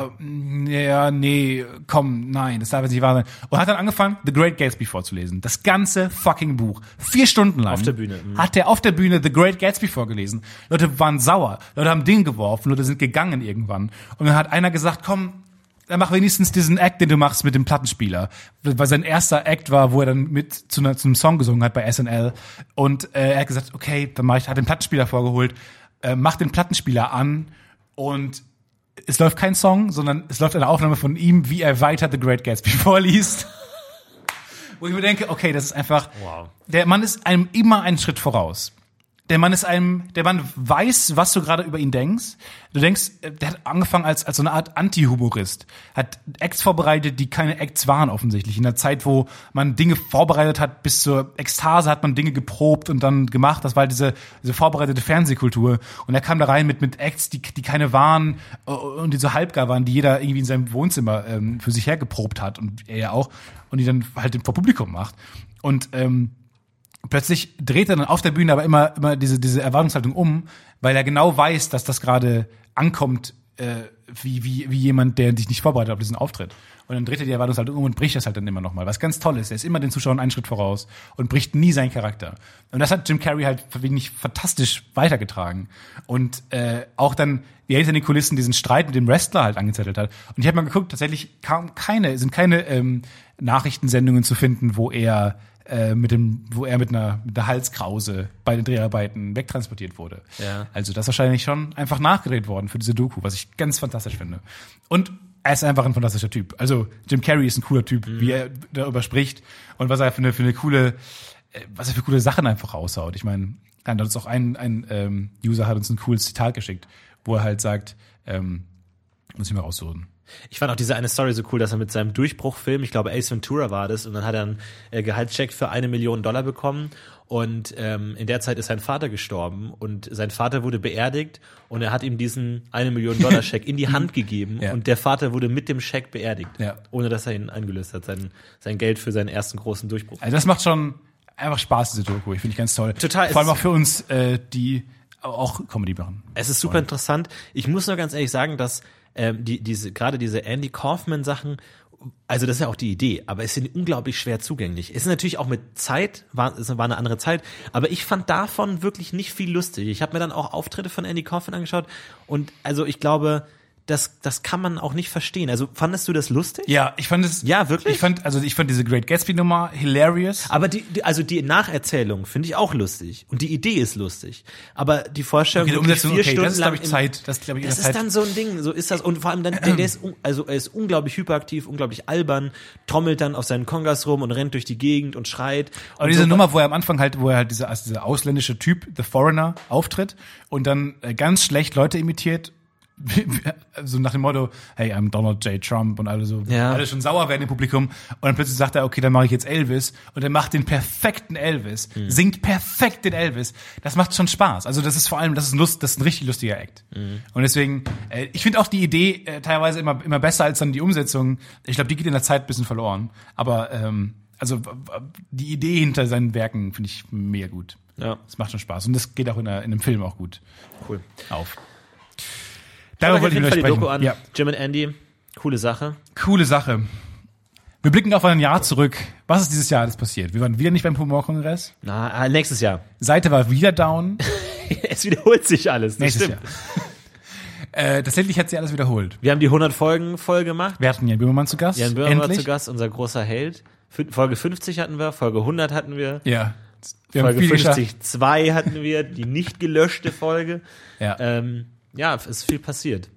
nee, komm, nein, das darf jetzt nicht wahr sein. Und hat dann angefangen, The Great Gatsby vorzulesen. Das ganze fucking Buch. 4 Stunden lang. Auf der Bühne. Hat er auf der Bühne The Great Gatsby vorgelesen. Leute waren sauer. Leute haben Dinge geworfen. Leute sind gegangen irgendwann. Und dann hat einer gesagt, komm, dann mach wenigstens diesen Act, den du machst mit dem Plattenspieler. Weil sein erster Act war, wo er dann mit zu einem Song gesungen hat bei SNL. Und er hat gesagt, okay, dann hat den Plattenspieler vorgeholt, macht den Plattenspieler an und es läuft kein Song, sondern es läuft eine Aufnahme von ihm, wie er weiter The Great Gatsby vorliest. Wo ich mir denke, okay, das ist einfach, der Mann ist einem immer einen Schritt voraus. Der Mann weiß, was du gerade über ihn denkst. Du denkst, der hat angefangen als so eine Art Anti-Humorist. Hat Acts vorbereitet, die keine Acts waren offensichtlich. In der Zeit, wo man Dinge vorbereitet hat, bis zur Ekstase hat man Dinge geprobt und dann gemacht. Das war halt diese vorbereitete Fernsehkultur. Und er kam da rein mit Acts, die keine waren und die so halbgar waren, die jeder irgendwie in seinem Wohnzimmer für sich her geprobt hat. Und er ja auch. Und die dann halt vor Publikum macht. Und plötzlich dreht er dann auf der Bühne aber immer diese Erwartungshaltung um, weil er genau weiß, dass das gerade ankommt, wie jemand, der sich nicht vorbereitet auf diesen Auftritt. Und dann dreht er die Erwartungshaltung um und bricht das halt dann immer nochmal. Was ganz toll ist, er ist immer den Zuschauern einen Schritt voraus und bricht nie seinen Charakter. Und das hat Jim Carrey halt wirklich fantastisch weitergetragen. Und auch dann hinter den Kulissen diesen Streit mit dem Wrestler halt angezettelt hat. Und ich habe mal geguckt, tatsächlich sind keine Nachrichtensendungen zu finden, wo er mit einer Halskrause bei den Dreharbeiten wegtransportiert wurde. Ja. Also das ist wahrscheinlich schon einfach nachgedreht worden für diese Doku, was ich ganz fantastisch finde. Und er ist einfach ein fantastischer Typ. Also Jim Carrey ist ein cooler Typ, wie er darüber spricht und was er für coole Sachen einfach raushaut. Ich meine, dann hat uns auch ein User hat uns ein cooles Zitat geschickt, wo er halt sagt, muss ich mal raussuchen. Ich fand auch diese eine Story so cool, dass er mit seinem Durchbruchfilm, ich glaube Ace Ventura war das, und dann hat er einen Gehaltscheck für $1 Million bekommen und in der Zeit ist sein Vater gestorben und sein Vater wurde beerdigt und er hat ihm diesen $1 Million Scheck in die Hand gegeben und der Vater wurde mit dem Scheck beerdigt, ohne dass er ihn eingelöst hat, sein Geld für seinen ersten großen Durchbruch. Also das macht schon einfach Spaß, diese Doku, ich finde ich ganz toll. Total. Vor allem auch für uns, die auch Comedy machen. Es ist super interessant. Ich muss nur ganz ehrlich sagen, dass gerade diese Andy Kaufman-Sachen, also das ist ja auch die Idee, aber es sind unglaublich schwer zugänglich. Es ist natürlich auch mit Zeit, war eine andere Zeit, aber ich fand davon wirklich nicht viel lustig. Ich habe mir dann auch Auftritte von Andy Kaufman angeschaut und also ich glaube, das kann man auch nicht verstehen. Also fandest du das lustig? Ja, ich fand es. Ja, wirklich? Ich fand diese Great Gatsby-Nummer hilarious. Aber die Nacherzählung finde ich auch lustig. Und die Idee ist lustig. Aber die Vorstellung, die Umsetzung, 4 Stunden das ist, lang glaube ich, Zeit. Das ist dann so ein Ding. So ist das. Und vor allem dann, er ist unglaublich hyperaktiv, unglaublich albern, trommelt dann auf seinen Kongas rum und rennt durch die Gegend und schreit. Aber diese Nummer, wo er am Anfang halt, dieser ausländische Typ, The Foreigner, auftritt und dann ganz schlecht Leute imitiert, so nach dem Motto, hey, I'm Donald J. Trump und alle so, alle schon sauer werden im Publikum und dann plötzlich sagt er, okay, dann mache ich jetzt Elvis und er macht den perfekten Elvis, singt perfekt den Elvis. Das macht schon Spaß. Also das ist vor allem, das ist ein richtig lustiger Act. Und deswegen, ich finde auch die Idee teilweise immer besser als dann die Umsetzung. Ich glaube, die geht in der Zeit ein bisschen verloren. Aber also die Idee hinter seinen Werken finde ich mega gut. Ja. Das macht schon Spaß und das geht auch in einem Film auch gut auf. Darüber wollte ich mit euch sprechen. Die Doku an. Ja. Jim und Andy, coole Sache. Coole Sache. Wir blicken auf ein Jahr zurück. Was ist dieses Jahr alles passiert? Wir waren wieder nicht beim Humorkongress. Nächstes Jahr. Seite war wieder down. Es wiederholt sich alles. Nächstes Jahr. Tatsächlich hat sie alles wiederholt. Wir haben die 100 Folgen voll gemacht. Wir hatten Jan Böhmermann zu Gast. Jan Böhmermann war zu Gast, unser großer Held. Folge 50 hatten wir, Folge 100 hatten wir. Ja. Folge 50.2 hatten wir, die nicht gelöschte Folge. Ja. Ja, es ist viel passiert.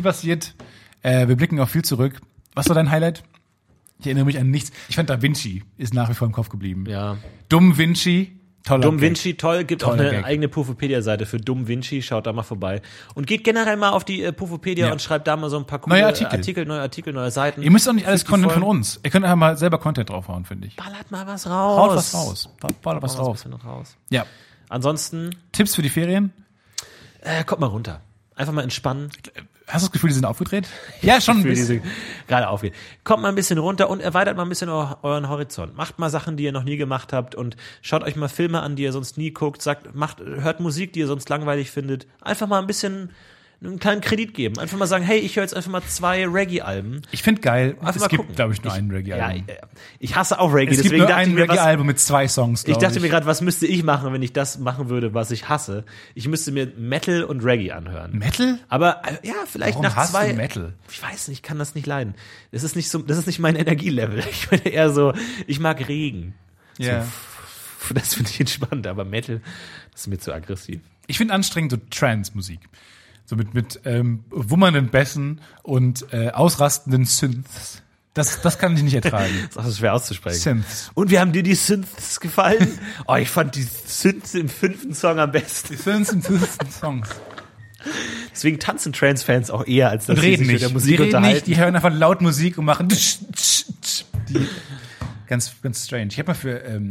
Wir blicken auf viel zurück. Was war dein Highlight? Ich erinnere mich an nichts. Ich fand Da Vinci ist nach wie vor im Kopf geblieben. Ja. Dumm Vinci, toller Dumm Vinci, toll. Gibt auch eine eigene Pufopedia-Seite für Dumm Vinci. Schaut da mal vorbei. Und geht generell mal auf die Pufopedia und schreibt da mal so ein paar coole neue Artikel, neue Seiten. Ihr müsst auch nicht alles Content von uns. Ihr könnt einfach mal selber Content draufhauen, finde ich. Ballert mal was raus. Haut was raus. Ballert was raus. Noch raus. Ja. Ansonsten. Tipps für die Ferien? Kommt mal runter. Einfach mal entspannen. Hast du das Gefühl, die sind aufgedreht? Ja, schon ein bisschen. Gerade aufgehen. Kommt mal ein bisschen runter und erweitert mal ein bisschen euren Horizont. Macht mal Sachen, die ihr noch nie gemacht habt und schaut euch mal Filme an, die ihr sonst nie guckt. Hört Musik, die ihr sonst langweilig findet. Einfach mal ein bisschen einen kleinen Kredit geben. Einfach mal sagen, hey, ich höre jetzt einfach mal 2 Reggae-Alben. Ich finde geil, einfach es gibt, glaube ich, nur ein Reggae-Album. Ja, ich hasse auch Reggae. Es gibt deswegen nur ein Reggae-Album mit 2 Songs, ich dachte mir gerade, was müsste ich machen, wenn ich das machen würde, was ich hasse? Ich müsste mir Metal und Reggae anhören. Metal? Aber ja, vielleicht Warum nach hast 2. du Metal? Ich weiß nicht, ich kann das nicht leiden. Das ist nicht mein Energielevel. Ich bin eher so, ich mag Regen. Ja. So, das finde ich entspannt, aber Metal, das ist mir zu aggressiv. Ich finde anstrengend so Trance-Musik. So mit wummernden Bässen und ausrastenden Synths. Das kann ich nicht ertragen. Das ist schwer auszusprechen. Synths. Und wie haben dir die Synths gefallen? Oh, ich fand die Synths im 5. Song am besten. Die Synths im 5. Songs. Deswegen tanzen Trance-Fans auch eher, als dass und reden sie sich nicht. mit der Musik die reden unterhalten. nicht, die hören einfach laut Musik und machen die, ganz strange. Ich habe mal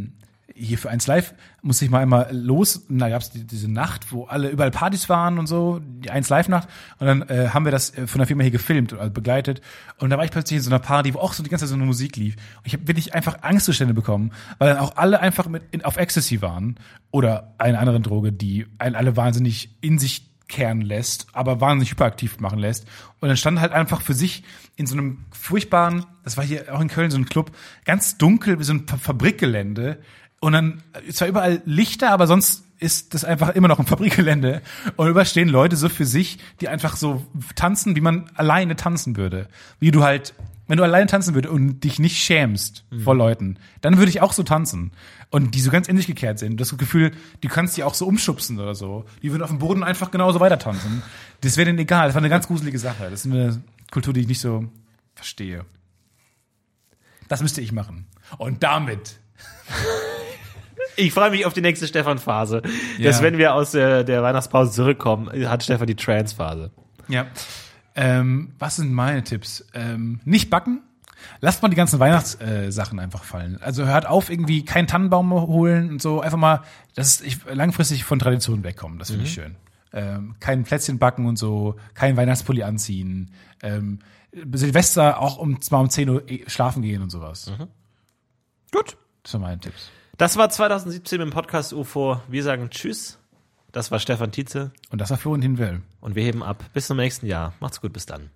für 1 Live musste ich mal einmal los, und da gab's diese Nacht, wo alle überall Partys waren und so, die 1 Live-Nacht, und dann haben wir das von der Firma hier gefilmt und begleitet, und da war ich plötzlich in so einer Party, wo auch so die ganze Zeit so eine Musik lief, und ich habe wirklich einfach Angstzustände bekommen, weil dann auch alle einfach auf Ecstasy waren oder einer anderen Droge, die einen alle wahnsinnig in sich kehren lässt, aber wahnsinnig hyperaktiv machen lässt. Und dann stand halt einfach für sich in so einem furchtbaren, das war hier auch in Köln so ein Club, ganz dunkel wie so ein Fabrikgelände. Und dann zwar überall Lichter, aber sonst ist das einfach immer noch ein Fabrikgelände. Und überstehen Leute so für sich, die einfach so tanzen, wie man alleine tanzen würde. Wie du halt, wenn du alleine tanzen würdest und dich nicht schämst vor Leuten, dann würde ich auch so tanzen. Und die so ganz in sich gekehrt sind. Das Gefühl, du kannst die auch so umschubsen oder so. Die würden auf dem Boden einfach genauso weiter tanzen. Das wäre denen egal. Das war eine ganz gruselige Sache. Das ist eine Kultur, die ich nicht so verstehe. Das müsste ich machen. Und damit... Ich freue mich auf die nächste Stefan-Phase. Ja. Dass wenn wir aus der Weihnachtspause zurückkommen, hat Stefan die Trance-Phase. Ja. Was sind meine Tipps? Nicht backen. Lasst mal die ganzen Weihnachtssachen einfach fallen. Also hört auf, irgendwie keinen Tannenbaum holen und so. Einfach mal, langfristig von Traditionen wegkommen. Das finde ich schön. Kein Plätzchen backen und so. Kein Weihnachtspulli anziehen. Silvester auch um 10 Uhr schlafen gehen und sowas. Gut. Das waren meine Tipps. Das war 2017 im Podcast UFO. Wir sagen Tschüss. Das war Stefan Tietze. Und das war Florentin Will. Und wir heben ab. Bis zum nächsten Jahr. Macht's gut, bis dann.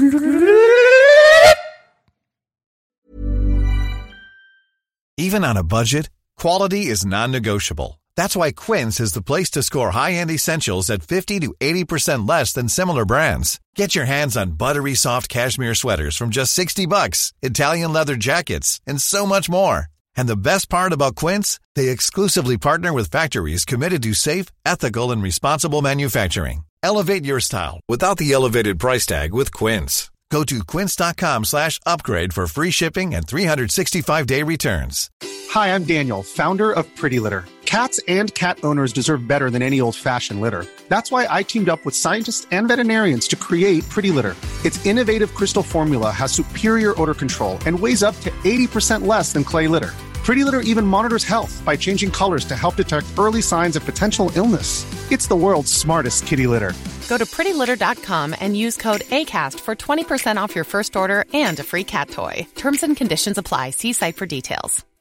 Even on a budget, quality is non-negotiable. That's why Quince is the place to score high-end essentials at 50 to 80% less than similar brands. Get your hands on buttery soft cashmere sweaters from just $60, Italian leather jackets, and so much more. And the best part about Quince, they exclusively partner with factories committed to safe, ethical, and responsible manufacturing. Elevate your style without the elevated price tag with Quince. Go to quince.com/upgrade for free shipping and 365-day returns. Hi, I'm Daniel, founder of Pretty Litter. Cats and cat owners deserve better than any old-fashioned litter. That's why I teamed up with scientists and veterinarians to create Pretty Litter. Its innovative crystal formula has superior odor control and weighs up to 80% less than clay litter. Pretty Litter even monitors health by changing colors to help detect early signs of potential illness. It's the world's smartest kitty litter. Go to prettylitter.com and use code ACAST for 20% off your first order and a free cat toy. Terms and conditions apply. See site for details.